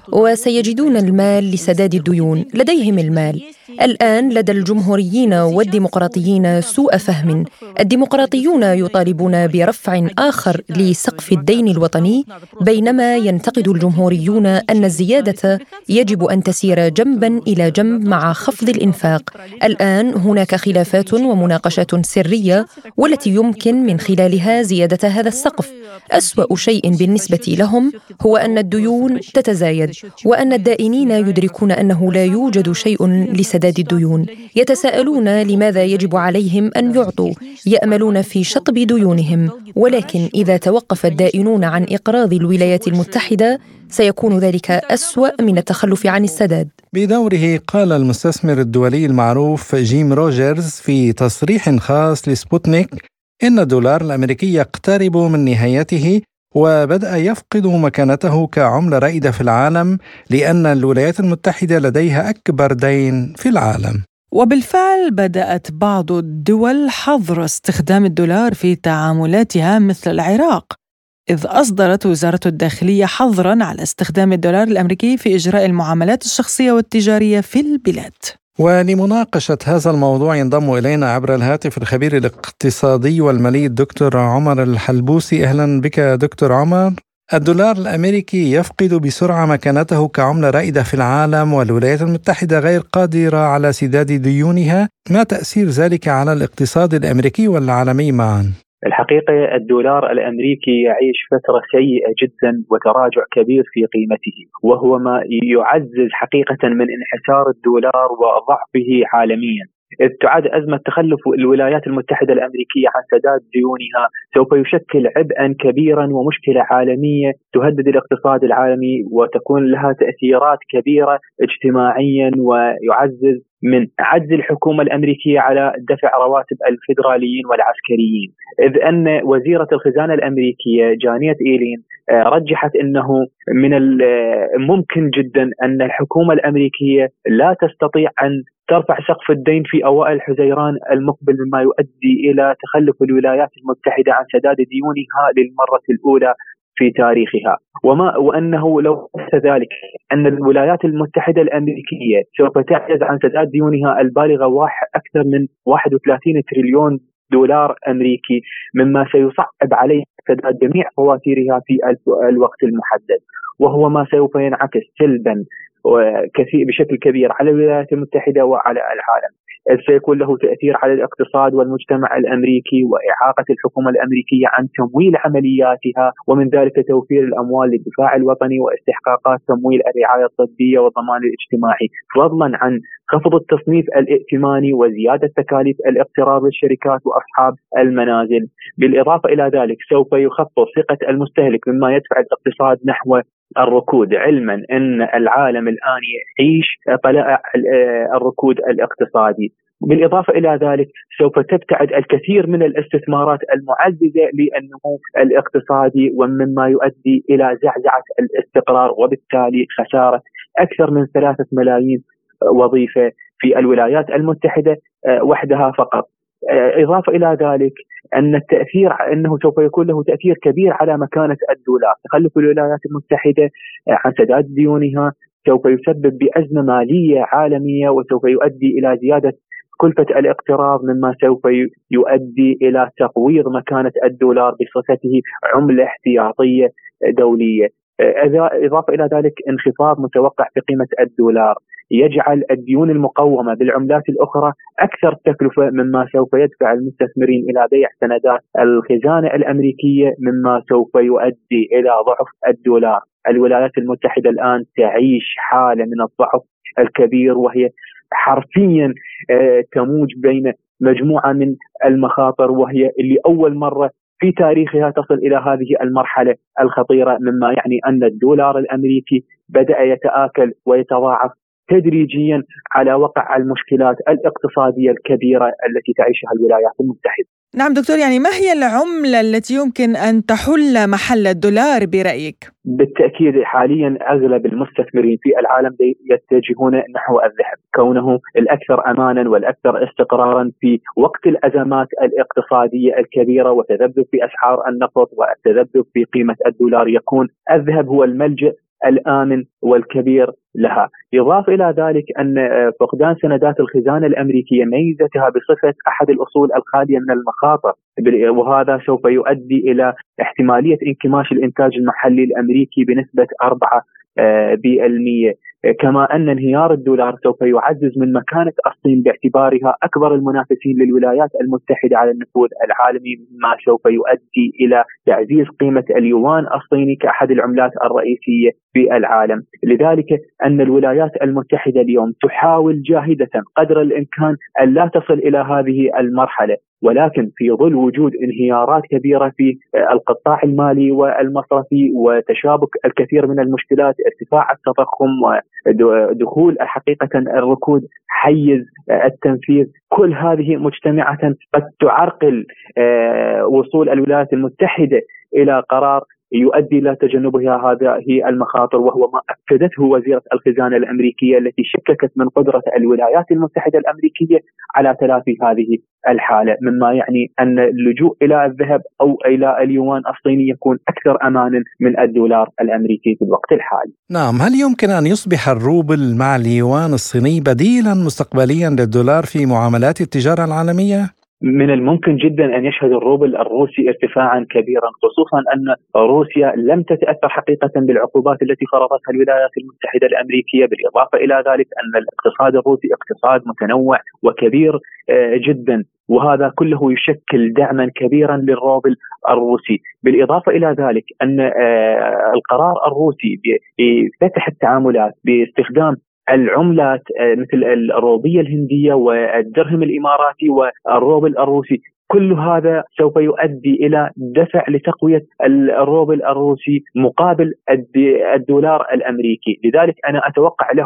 وسيجدون المال لسداد الديون. لديهم المال. الآن لدى الجمهوريين والديمقراطيين سوء فهم. الديمقراطيون يطالبون برفع آخر لسقف الدين الوطني، بينما ينتقد الجمهوريون أن الزيادة يجب أن تسير جنبا إلى جنب مع خفض الإنفاق. الآن هناك خلافات ومناقشات سرية والتي يمكن من خلالها زيادة هذا السقف. أسوأ شيء بالنسبة لهم هو أن الديون تتزايد، وأن الدائنين يدركون أنه لا يوجد شيء لسداد الديون. يتساءلون لماذا يجب عليهم أن يعطوا، يأملون في شطب ديونهم. ولكن إذا توقف الدائنون عن إقراض الولايات المتحدة سيكون ذلك أسوأ من التخلف عن السداد. بدوره قال المستثمر الدولي المعروف جيم روجرز في تصريح خاص لسبوتنيك إن الدولار الأمريكي يقترب من نهايته وبدأ يفقد مكانته كعملة رائدة في العالم، لأن الولايات المتحدة لديها أكبر دين في العالم. وبالفعل بدأت بعض الدول حظر استخدام الدولار في تعاملاتها مثل العراق، إذ أصدرت وزارة الداخلية حظراً على استخدام الدولار الأمريكي في إجراء المعاملات الشخصية والتجارية في البلاد. ولمناقشة هذا الموضوع ينضم إلينا عبر الهاتف الخبير الاقتصادي والمالي الدكتور عمر الحلبوسي. أهلا بك دكتور عمر. الدولار الأمريكي يفقد بسرعة مكانته كعملة رائدة في العالم، والولايات المتحدة غير قادرة على سداد ديونها. ما تأثير ذلك على الاقتصاد الأمريكي والعالمي معا؟ الحقيقة الدولار الأمريكي يعيش فترة سيئة جدا وتراجع كبير في قيمته، وهو ما يعزز حقيقة من انحسار الدولار وضعفه عالميا. إذ تعد أزمة تخلف الولايات المتحدة الأمريكية عن سداد ديونها سوف يشكل عبئا كبيرا ومشكلة عالمية تهدد الاقتصاد العالمي، وتكون لها تأثيرات كبيرة اجتماعيا، ويعزز من عجز الحكومة الأمريكية على دفع رواتب الفيدراليين والعسكريين، إذ أن وزيرة الخزانة الأمريكية جانيت إيلين رجحت أنه من الممكن جدا أن الحكومة الأمريكية لا تستطيع أن ترفع سقف الدين في أوائل حزيران المقبل، مما يؤدي إلى تخلف الولايات المتحدة عن سداد ديونها للمرة الأولى في تاريخها، وما وأنه لو حدث ذلك أن الولايات المتحدة الأمريكية سوف تعجز عن سداد ديونها البالغة واحد أكثر من واحد وثلاثين تريليون دولار أمريكي، مما سيصعب عليه سداد جميع فواتيرها في الوقت المحدد، وهو ما سوف ينعكس سلبا وكثير بشكل كبير على الولايات المتحدة وعلى العالم، إذ سيكون له تأثير على الاقتصاد والمجتمع الأمريكي وإعاقة الحكومة الأمريكية عن تمويل عملياتها، ومن ذلك توفير الأموال للدفاع الوطني واستحقاقات تمويل الرعاية الطبية والضمان الاجتماعي، فضلا عن خفض التصنيف الائتماني وزيادة تكاليف الاقتراض للشركات وأصحاب المنازل. بالإضافة إلى ذلك سوف يخفض ثقة المستهلك، مما يدفع الاقتصاد نحو الركود، علما أن العالم الآن يعيش طلائع الركود الاقتصادي. بالإضافة إلى ذلك سوف تبتعد الكثير من الاستثمارات المعززة للنمو الاقتصادي، ومما يؤدي إلى زعزعة الاستقرار وبالتالي خسارة أكثر من ثلاثة ملايين وظيفة في الولايات المتحدة وحدها فقط. إضافة إلى ذلك أن التأثير أنه سوف يكون له تأثير كبير على مكانة الدولار. تخلف الولايات المتحدة عن سداد ديونها سوف يسبب بأزمة مالية عالمية، وسوف يؤدي إلى زيادة كلفة الاقتراض، مما سوف يؤدي إلى تقويض مكانة الدولار بصفته عملة احتياطية دولية. إضافة إلى ذلك انخفاض متوقع في قيمة الدولار يجعل الديون المقومة بالعملات الأخرى أكثر تكلفة، مما سوف يدفع المستثمرين إلى بيع سندات الخزانة الأمريكية، مما سوف يؤدي إلى ضعف الدولار. الولايات المتحدة الآن تعيش حالة من الضعف الكبير، وهي حرفيا تموج بين مجموعة من المخاطر، وهي اللي أول مرة في تاريخها تصل إلى هذه المرحلة الخطيرة، مما يعني أن الدولار الأمريكي بدأ يتآكل ويتضاعف تدريجيا على وقع المشكلات الاقتصادية الكبيرة التي تعيشها الولايات المتحدة. نعم دكتور، يعني ما هي العملة التي يمكن أن تحل محل الدولار برأيك؟ بالتأكيد حاليا أغلب المستثمرين في العالم يتجهون نحو الذهب، كونه الأكثر أمانا والأكثر استقرارا في وقت الأزمات الاقتصادية الكبيرة وتذبذب في أسعار النفط والتذبذب في قيمة الدولار. يكون الذهب هو الملجأ الآمن والكبير لها. يضاف إلى ذلك أن فقدان سندات الخزانة الأمريكية ميزتها بصفة أحد الأصول الخالية من المخاطر، وهذا سوف يؤدي إلى احتمالية انكماش الإنتاج المحلي الأمريكي بنسبة أربعة بالمئة، كما أن انهيار الدولار سوف يعزز من مكانة الصين باعتبارها أكبر المنافسين للولايات المتحدة على النفوذ العالمي، ما سوف يؤدي إلى تعزيز قيمة اليوان الصيني كأحد العملات الرئيسية في العالم. لذلك أن الولايات المتحدة اليوم تحاول جاهدة قدر الإمكان أن لا تصل إلى هذه المرحلة، ولكن في ظل وجود انهيارات كبيرة في القطاع المالي والمصرفي وتشابك الكثير من المشكلات، ارتفاع التضخم ودخول حقيقة الركود حيز التنفيذ، كل هذه مجتمعة قد تعرقل وصول الولايات المتحدة إلى قرار يؤدي إلى تجنبها هذه المخاطر، وهو ما أكدته وزيرة الخزانة الأمريكية التي شككت من قدرة الولايات المتحدة الأمريكية على تلافي هذه الحالة، مما يعني أن اللجوء إلى الذهب أو إلى اليوان الصيني يكون أكثر أمانا من الدولار الأمريكي في الوقت الحالي. نعم، هل يمكن أن يصبح الروبل مع اليوان الصيني بديلا مستقبليا للدولار في معاملات التجارة العالمية؟ من الممكن جدا أن يشهد الروبل الروسي ارتفاعا كبيرا، خصوصا أن روسيا لم تتأثر حقيقة بالعقوبات التي فرضتها الولايات المتحدة الأمريكية. بالإضافة إلى ذلك أن الاقتصاد الروسي اقتصاد متنوع وكبير جدا، وهذا كله يشكل دعما كبيرا للروبل الروسي. بالإضافة إلى ذلك أن القرار الروسي بفتح التعاملات باستخدام العملات مثل الروبية الهندية والدرهم الإماراتي والروبل الروسي، كل هذا سوف يؤدي إلى دفع لتقوية الروبل الروسي مقابل الدولار الأمريكي. لذلك أنا أتوقع له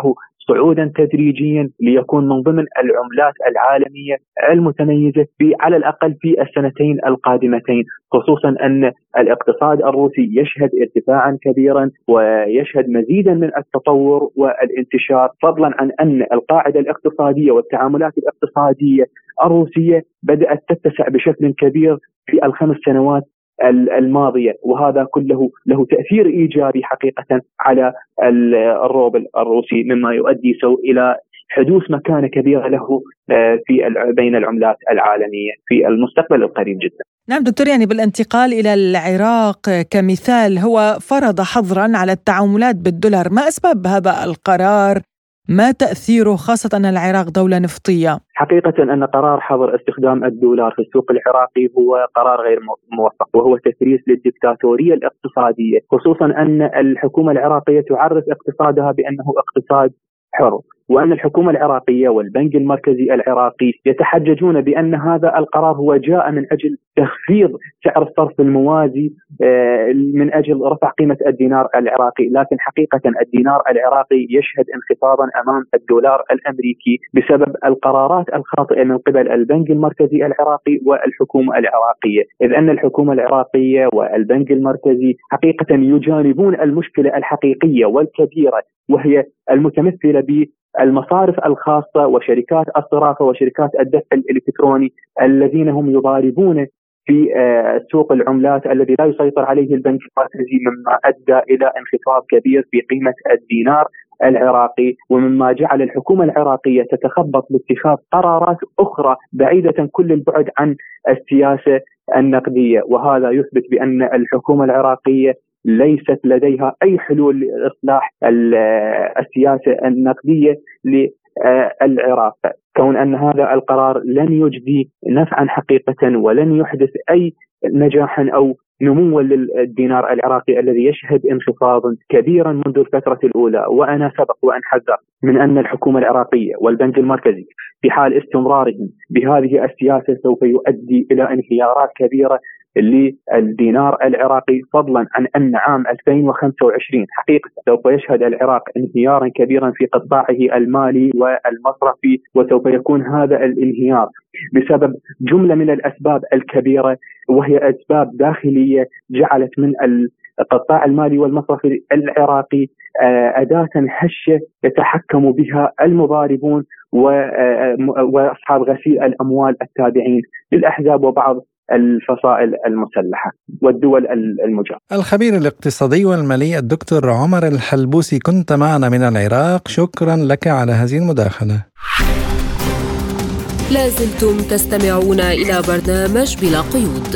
صعودا تدريجيا ليكون من ضمن العملات العالمية المتميزة في على الأقل في السنتين القادمتين، خصوصا أن الاقتصاد الروسي يشهد ارتفاعا كبيرا ويشهد مزيدا من التطور والانتشار، فضلا عن أن القاعدة الاقتصادية والتعاملات الاقتصادية الروسية بدأت تتسع بشكل كبير في الخمس سنوات الماضية، وهذا كله له تأثير إيجابي حقيقة على الروبل الروسي، مما يؤدي سوء إلى حدوث مكانة كبيرة له في بين العملات العالمية في المستقبل القريب جدا. نعم دكتور، يعني بالانتقال إلى العراق كمثال، هو فرض حظرا على التعاملات بالدولار، ما أسباب هذا القرار؟ ما تأثيره، خاصة أن العراق دولة نفطية؟ حقيقة أن قرار حظر استخدام الدولار في السوق العراقي هو قرار غير موفق، وهو تكريس للدكتاتورية الاقتصادية، خصوصا أن الحكومة العراقية تعرف اقتصادها بأنه اقتصاد حر، وأن الحكومة العراقية والبنك المركزي العراقي يتحججون بأن هذا القرار هو جاء من أجل تخفيض سعر الصرف الموازي من أجل رفع قيمة الدينار العراقي، لكن حقيقة الدينار العراقي يشهد انخفاضا أمام الدولار الأمريكي بسبب القرارات الخاطئة من قبل البنك المركزي العراقي والحكومة العراقية، إذ أن الحكومة العراقية والبنك المركزي حقيقة يجانبون المشكلة الحقيقية والكبيرة، وهي المتمثلة ب المصارف الخاصة وشركات الصرافة وشركات الدفع الإلكتروني الذين هم يضاربون في سوق العملات الذي لا يسيطر عليه البنك المركزي، مما أدى إلى انخفاض كبير في قيمة الدينار العراقي، ومما جعل الحكومة العراقية تتخبط باتخاذ قرارات أخرى بعيدة كل البعد عن السياسة النقدية. وهذا يثبت بأن الحكومة العراقية ليست لديها أي حلول لإصلاح السياسة النقدية للعراق، كون أن هذا القرار لن يجدي نفعا حقيقة ولن يحدث أي نجاحا أو نموا للدينار العراقي الذي يشهد انخفاضا كبيرا منذ الفترة الأولى. وأنا سبق وأن حذر من أن الحكومة العراقية والبنك المركزي في حال استمرارهم بهذه السياسة سوف يؤدي إلى انهيارات كبيرة للدينار العراقي، فضلا عن أن عام ألفين وخمسة وعشرين حقيقة سوف يشهد العراق انهيارا كبيرا في قطاعه المالي والمصرفي، وسوف يكون هذا الانهيار بسبب جملة من الأسباب الكبيرة، وهي أسباب داخلية جعلت من القطاع المالي والمصرفي العراقي أداة هشة يتحكم بها المضاربون وأصحاب غسيل الأموال التابعين للأحزاب وبعض الفصائل المسلحة والدول المجاورة. الخبير الاقتصادي والمالي الدكتور عمر الحلبوسي، كنت معنا من العراق، شكرا لك على هذه المداخلة. لازلتم تستمعون إلى برنامج بلا قيود.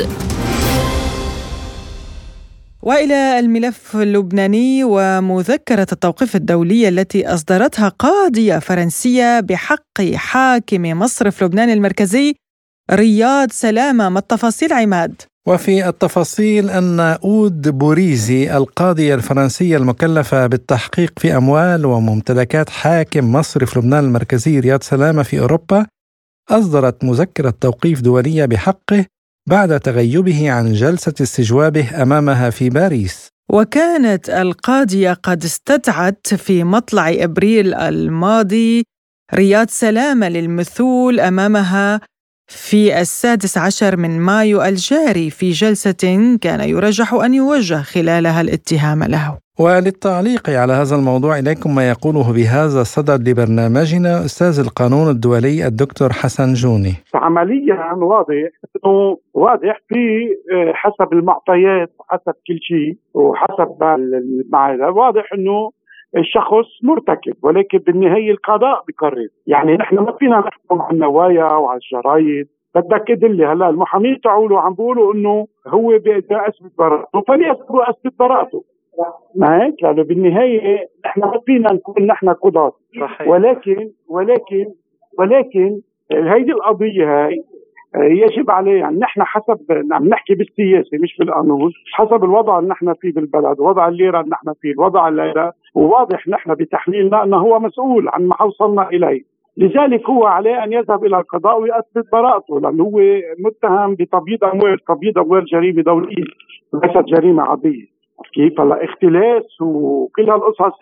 وإلى الملف اللبناني ومذكرة التوقيف الدولية التي أصدرتها قاضية فرنسية بحق حاكم مصرف لبنان المركزي رياض سلامة. ما التفاصيل عماد؟ وفي التفاصيل أن أود بوريزي القاضية الفرنسية المكلفة بالتحقيق في أموال وممتلكات حاكم مصرف لبنان المركزي رياض سلامة في أوروبا أصدرت مذكرة توقيف دولية بحقه بعد تغيبه عن جلسة استجوابه أمامها في باريس. وكانت القاضية قد استدعت في مطلع أبريل الماضي رياض سلامة للمثول أمامها في السادس عشر من مايو الجاري في جلسة كان يرجح أن يوجه خلالها الاتهام له. وللتعليق على هذا الموضوع إليكم ما يقوله بهذا الصدد لبرنامجنا أستاذ القانون الدولي الدكتور حسن جوني. عمليا واضح إنه واضح في حسب المعطيات وحسب كل شيء وحسب المعايير واضح إنه الشخص مرتكب، ولكن بالنهاية القضاء بيقرر. يعني نحن ما فينا نحكم على النوايا وعلى الجرايد، بدك ادله. هلا المحامين تعولوا عم بيقولوا انه هو بده اثبت براءته، فليثبت اثبت براءته. ما هيك؟ لانه بالنهاية نحن ما فينا نكون نحن قضاة، ولكن ولكن ولكن هيدي القضية هاي يجب عليه، يعني نحن حسب عم نحكي بالسياسة مش بالقانون، حسب الوضع اللي نحن فيه بالبلد، وضع الليرة اللي نحن فيه، الوضع الليرة، وواضح نحن بتحليلنا أنه هو مسؤول عن ما وصلنا إليه. لذلك هو عليه أن يذهب إلى القضاء ويثبت براءته، لأنه هو متهم بتبييض أموال، تبييض أموال جريمة دولية ليست جريمة عادية. كيف؟ هلا اختلاس وكل هالقصص هاي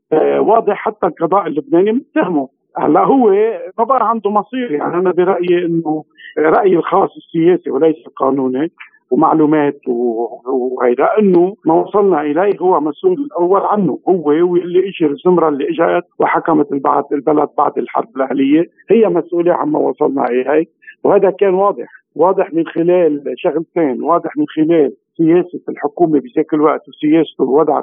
آه واضح حتى القضاء اللبناني متهمه. هلا هو ما بقى عنده مصير. يعني انا برايي انه رايي الخاص السياسي وليس القانوني ومعلومات وهيدا انه ما وصلنا اليه هو مسؤول الاول عنه، هو واللي اجى الزمره اللي اجت وحكمت البلد البلد بعد الحرب الاهليه هي مسؤوله عما وصلنا اليه. وهذا كان واضح واضح من خلال شغلتين، واضح من خلال سياسه الحكومه بذاك الوقت وسياسه الوضع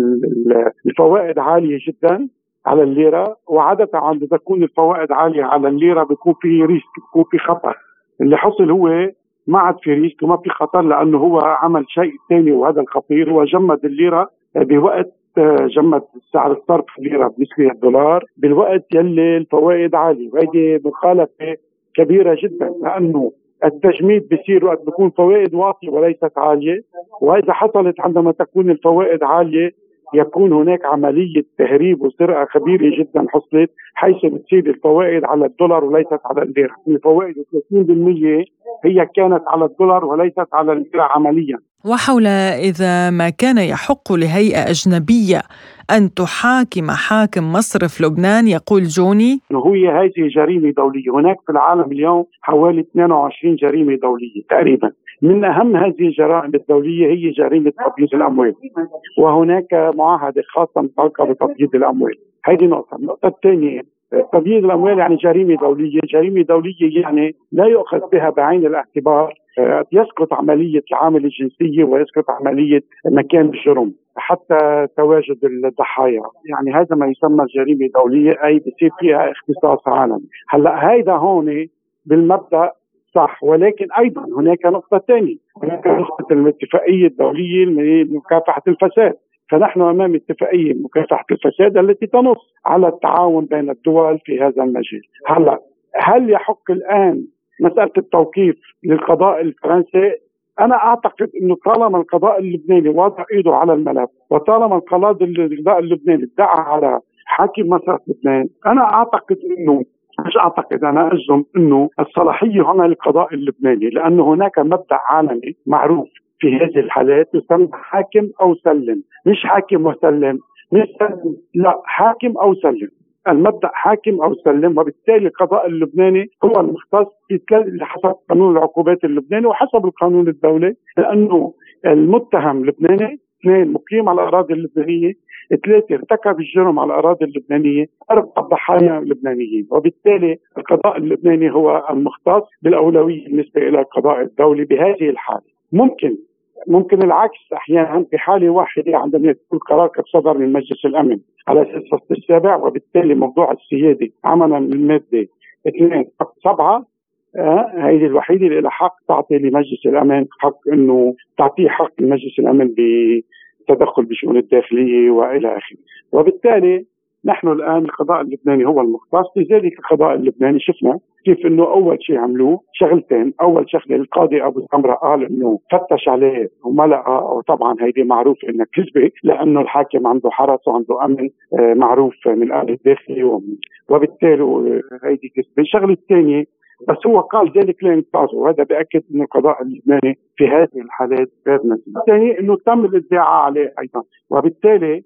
الفوائد عاليه جدا على الليره، وعاده عندما تكون الفوائد عاليه على الليره بيكون في ريسك، بيكون في خطر. اللي حصل هو ما عاد في ريسك وما في خطر، لانه هو عمل شيء ثاني وهذا الخطير، هو جمد الليره بوقت جمد سعر الصرف الليره بالنسبه للدولار بالوقت يلي الفوائد عاليه. وهذه مخالفه كبيره جدا، لانه التجميد بيصير وقت بيكون فوائد واطيه وليست عاليه، واذا حصلت عندما تكون الفوائد عاليه يكون هناك عمليه تهريب وسرقه كبيره جدا حصلت، حيث بتصير الفوائد على الدولار وليست على الليره. الفوائد ثلاثين بالمئة هي كانت على الدولار وليست على الليره عمليا. وحول إذا ما كان يحق لهيئة أجنبية أن تحاكم حاكم مصرف لبنان، يقول جوني هي هذه جريمة دولية. هناك في العالم اليوم حوالي اثنين وعشرين جريمة دولية تقريبا، من أهم هذه الجرائم الدولية هي جريمة تبييض الأموال، وهناك معاهدة خاصة متعلقة بتبييض الأموال. هذه نقطة. النقطة الثانية، تبييض الأموال يعني جريمة دولية. جريمة دولية يعني لا يؤخذ بها بعين الاعتبار، يسقط عملية العامل الجنسية ويسقط عملية مكان الجرم حتى تواجد الضحايا. يعني هذا ما يسمى جريمة دولية، أي بصير فيها اختصاص عالمي. هلأ هيدا هون بالمبدأ صح، ولكن أيضا هناك نقطة ثانية، هناك نقطة الاتفاقية الدولية لمكافحة الفساد. فنحن أمام اتفاقية مكافحة الفساد التي تنص على التعاون بين الدول في هذا المجال. هلا هل يحق الآن مسألة التوقيف للقضاء الفرنسي؟ أنا أعتقد أنه طالما القضاء اللبناني وضع إيده على الملف، وطالما القضاء اللبناني ادعى على حاكم مصرف لبنان، أنا أعتقد أنه مش أعتقد أنا أجزم أنه الصلاحية هنا للقضاء اللبناني، لأنه هناك مبدأ عالمي معروف في هذه الحالات يسمى حاكم أو سلم، مش حاكم وسلم، مش سلم، لا، حاكم أو سلم. المبدأ حاكم أو سلم، وبالتالي القضاء اللبناني هو المختص حسب قانون العقوبات اللبناني وحسب القانون الدولي، لأنه المتهم لبناني، اثنين مقيم على الأراضي اللبنانية، ثلاثة ارتكب الجرم على الأراضي اللبنانية، أربعة ضحايا لبنانيين. وبالتالي القضاء اللبناني هو المختص بالأولوية بالنسبة إلى القضاء الدولي بهذه الحالة. ممكن ممكن العكس أحيانا في حالة واحدة عندما يكون قرار قد صدر من مجلس الأمن على أساس الفصل السابع، وبالتالي موضوع السيادة عملا من المادة اثنين سبعة آه هذه الوحيدة اللي لها حق تعطي لمجلس الأمن حق إنه تعطيه حق لمجلس الأمن بالتدخل بشؤون الداخلية وإلى آخره. وبالتالي نحن الآن القضاء اللبناني هو المختص. لذلك القضاء اللبناني شفنا كيف انه اول شيء عملوه شغلتين. اول شغله القاضي ابو سمره قال انه فتش عليه وما لقى، وطبعا هيدي معروف انها كذبه، لانه الحاكم عنده حرس وعنده امن معروف من الامن الداخلي، وبالتالي هيدي كذبه. الشغله الثانيه بس هو قال ذلك لإنقاذه، وهذا بأكد أن القضاء اللبناني في هذه الحالات باب نزل. الثاني أنه تم الادعاء عليه أيضا، وبالتالي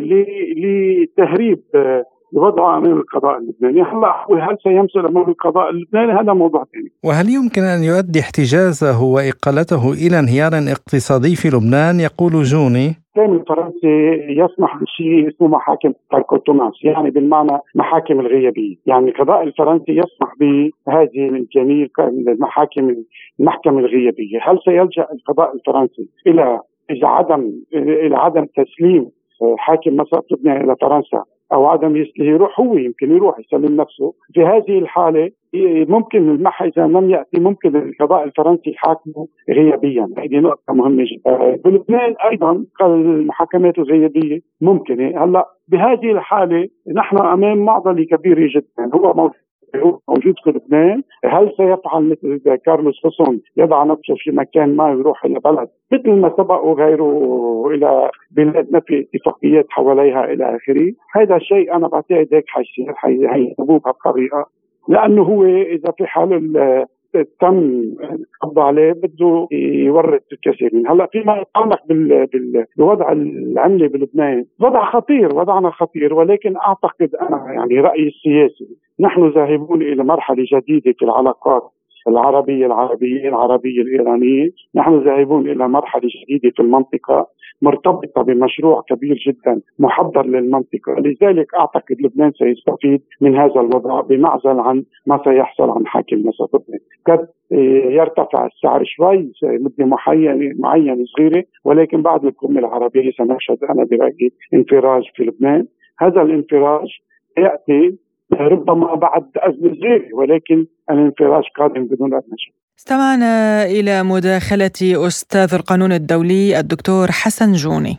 لتهريب وضعه أمام القضاء اللبناني. هلا هل سيمثل أمام القضاء اللبناني؟ هذا موضوع ثاني. وهل يمكن أن يؤدي احتجازه وإقالته إلى انهيار اقتصادي في لبنان؟ يقول جوني الحكم الفرنسي يسمح بشيء اسمه محاكم باركوتوناس، يعني بالمعنى محاكم الغيابية. يعني القضاء الفرنسي يسمح بهذه الإمكانية المحاكم المحكمة الغيابية. هل سيلجأ القضاء الفرنسي إلى إذا عدم إلى عدم تسليم حاكم مصرف لبنان إلى فرنسا أو عدم يروح هو يمكن يروح يسلم نفسه؟ في هذه الحالة ممكن المح إذا لم يأتي ممكن القضاء الفرنسي يحاكمه غيابيا. هذه نقطة مهمة جدا. بلبنان أيضا المحاكمات الغيابية ممكنة. هلا بهذه الحالة نحن أمام معضلة كبيرة جدا. هو موجود موجود في لبنان. هل سيفعل مثل كارلوس غصن يضع نفسه في مكان ما ويروح إلى بلد مثل ما سبق وغيره إلى بلاد ما في اتفاقيات حواليها إلى آخره؟ هذا شيء أنا بعتقد هيك حيصير، حيسبوها بطريقة، لأنه هو إذا في حال تم القبض عليه بده يورط الكثيرين. هلا فيما يتعلق بال... بال... بوضع العمله بلبنان، وضع خطير، وضعنا خطير، ولكن اعتقد انا يعني رايي السياسي نحن ذاهبون الى مرحله جديده في العلاقات العربيه العربيه العربيه الايرانيه، نحن ذاهبون الى مرحله جديده في المنطقه مرتبطة بمشروع كبير جدا محضر للمنطقة. لذلك أعتقد لبنان سيستفيد من هذا الوضع بمعزل عن ما سيحصل عن حاكم مثل لبنان. قد يرتفع السعر شوي مدة معينة معينة صغيرة، ولكن بعد القمة العربية سنشهد أنا برأيي انفراج في لبنان. هذا الانفراج يأتي ربما بعد أزمة صغيرة، ولكن الانفراج قادم بدون أدنى شك. استمعنا إلى مداخلة أستاذ القانون الدولي الدكتور حسن جوني.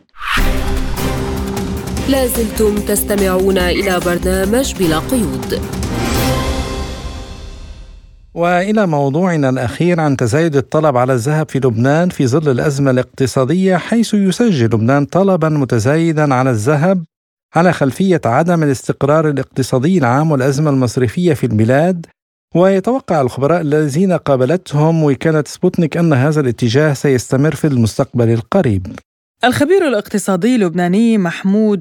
لازلتم تستمعون إلى برنامج بلا قيود. وإلى موضوعنا الأخير عن تزايد الطلب على الذهب في لبنان في ظل الأزمة الاقتصادية، حيث يسجل لبنان طلبا متزايدا على الذهب على خلفية عدم الاستقرار الاقتصادي العام والأزمة المصرفية في البلاد. ويتوقع الخبراء الذين قابلتهم وكالة سبوتنيك أن هذا الاتجاه سيستمر في المستقبل القريب. الخبير الاقتصادي اللبناني محمود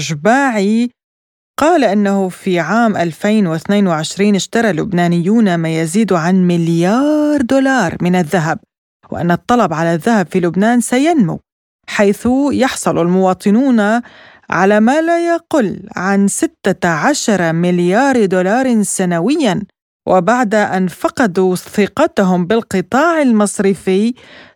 جباعي قال أنه في عام ألفين واثنين وعشرين اشترى لبنانيون ما يزيد عن مليار دولار من الذهب، وأن الطلب على الذهب في لبنان سينمو، حيث يحصل المواطنون على ما لا يقل عن ستة عشر مليار دولار سنوياً. وبعد أن فقدوا ثقتهم بالقطاع المصرفي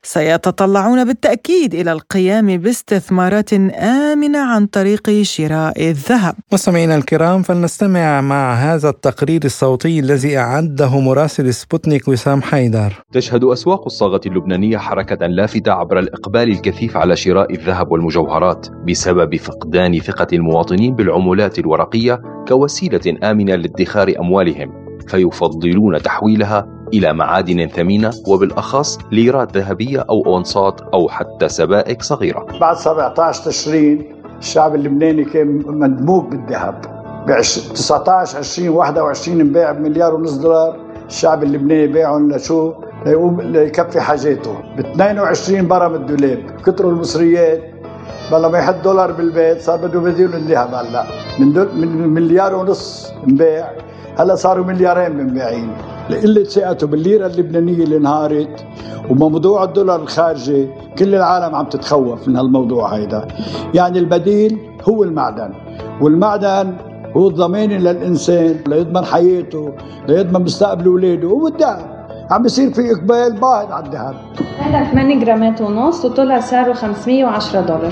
سيتطلعون بالتأكيد إلى القيام باستثمارات آمنة عن طريق شراء الذهب. مستمعينا الكرام، فلنستمع مع هذا التقرير الصوتي الذي أعده مراسل سبوتنيك وسام حيدر. تشهد أسواق الصاغة اللبنانية حركة لافتة عبر الإقبال الكثيف على شراء الذهب والمجوهرات بسبب فقدان ثقة المواطنين بالعملات الورقية كوسيلة آمنة لادخار أموالهم، فيفضلون تحويلها إلى معادن ثمينة وبالأخص ليرات ذهبية أو أونصات أو حتى سبائك صغيرة. بعد سبعة عشر تشرين الشعب اللبناني كان مدموج بالذهب، ب تسعة عشر عشرين واحد وعشرين انباع بمليار ونص دولار، الشعب اللبناني باعهم لشو؟ ليقوم ليكفي حاجاته. ب اثنين وعشرين برم الدولاب، كتروا المصريات بلا ما يحط دولار بالبيت صار بده بديله الذهب. هلا من, من مليار ونص انباع هلا صاروا مليارين منباعين لقلة ثقته بالليرة اللبنانية اللي انهارت، وموضوع الدولار الخارجي كل العالم عم تتخوف من هالموضوع هيدا. يعني البديل هو المعدن، والمعدن هو الضمان للإنسان ليضمن حياته ليضمن مستقبل أولاده، والذهب عم بيصير في إقبال باهظ على الذهب. هذا ثمانية جرامات ونص وطلع سعره خمسمية وعشرة دولار.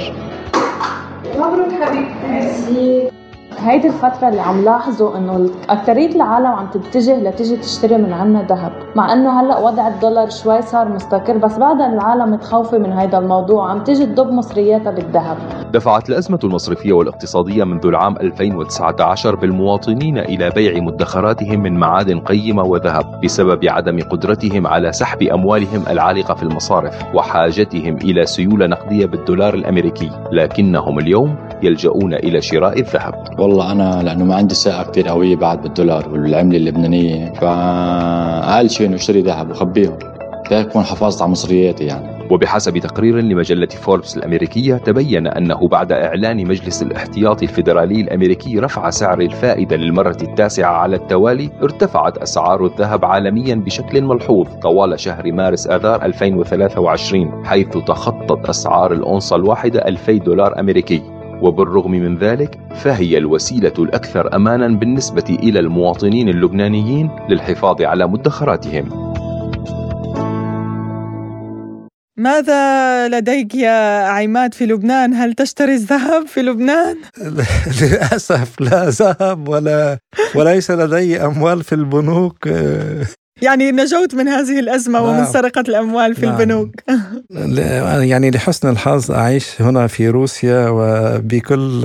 مبروك حبيبتي. هيدي الفترة اللي عم لاحظوا انه اكترية العالم عم تتجه لتجي تشتري من عنا ذهب، مع انه هلا وضع الدولار شوي صار مستقر، بس بعدها العالم متخوفة من هيدا الموضوع، عم تجي تضب مصرياتها بالذهب. دفعت الأزمة المصرفية والاقتصادية منذ العام ألفين وتسعة عشر بالمواطنين إلى بيع مدخراتهم من معادن قيمة وذهب بسبب عدم قدرتهم على سحب أموالهم العالقة في المصارف وحاجتهم إلى سيولة نقدية بالدولار الأمريكي، لكنهم اليوم يلجؤون إلى شراء الذهب. والله أنا لأنه ما عندي ثقة كتير قوية بعد بالدولار والعملة اللبنانية، فأقل شيء إنه اشتري ذهب وخبيهم ليكون حفاظت على مصرياتي يعني. وبحسب تقرير لمجلة فوربس الأمريكية تبين أنه بعد إعلان مجلس الاحتياطي الفيدرالي الأمريكي رفع سعر الفائدة للمرة التاسعة على التوالي، ارتفعت أسعار الذهب عالميا بشكل ملحوظ طوال شهر مارس آذار ألفين وثلاثة وعشرين، حيث تخطت أسعار الأونصة الواحدة ألفي دولار أمريكي. وبالرغم من ذلك فهي الوسيلة الأكثر أمانا بالنسبة إلى المواطنين اللبنانيين للحفاظ على مدخراتهم. ماذا لديك يا عماد في لبنان؟ هل تشتري الذهب في لبنان؟ للأسف لا ذهب ولا وليس لدي أموال في البنوك. يعني نجوت من هذه الأزمة نعم. ومن سرقة الأموال في نعم. البنوك. يعني لحسن الحظ أعيش هنا في روسيا وبكل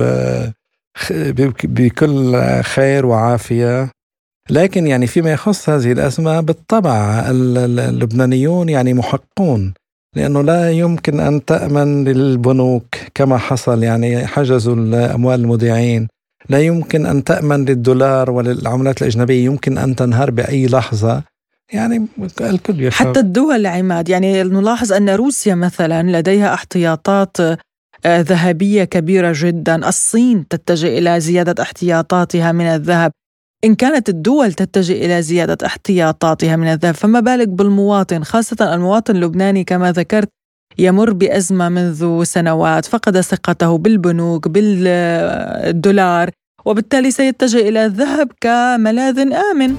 بكل خير وعافية، لكن يعني فيما يخص هذه الأزمة بالطبع اللبنانيون يعني محقون، لأنه لا يمكن أن تأمن للبنوك كما حصل، يعني حجزوا الأموال المودعين، لا يمكن أن تأمن للدولار وللعملات الأجنبية، يمكن أن تنهار بأي لحظة. يعني الكل يفهم. حتى الدول عماد، يعني نلاحظ أن روسيا مثلا لديها احتياطات ذهبية كبيرة جدا، الصين تتجه إلى زيادة احتياطاتها من الذهب. إن كانت الدول تتجه إلى زيادة احتياطاتها من الذهب فما بالك بالمواطن، خاصة المواطن اللبناني كما ذكرت يمر بأزمة منذ سنوات، فقد ثقته بالبنوك بالدولار، وبالتالي سيتجه إلى الذهب كملاذ آمن.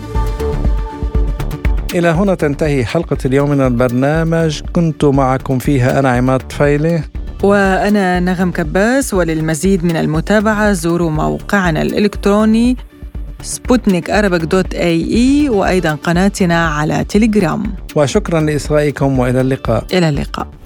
إلى هنا تنتهي حلقة اليوم من البرنامج، كنت معكم فيها أنا عماد طفيلي وأنا نغم كباس. وللمزيد من المتابعة زوروا موقعنا الإلكتروني سبوتنيك أرابيك دوت اي اي وأيضا قناتنا على تيليجرام. وشكرا لإصغائكم وإلى اللقاء. إلى اللقاء.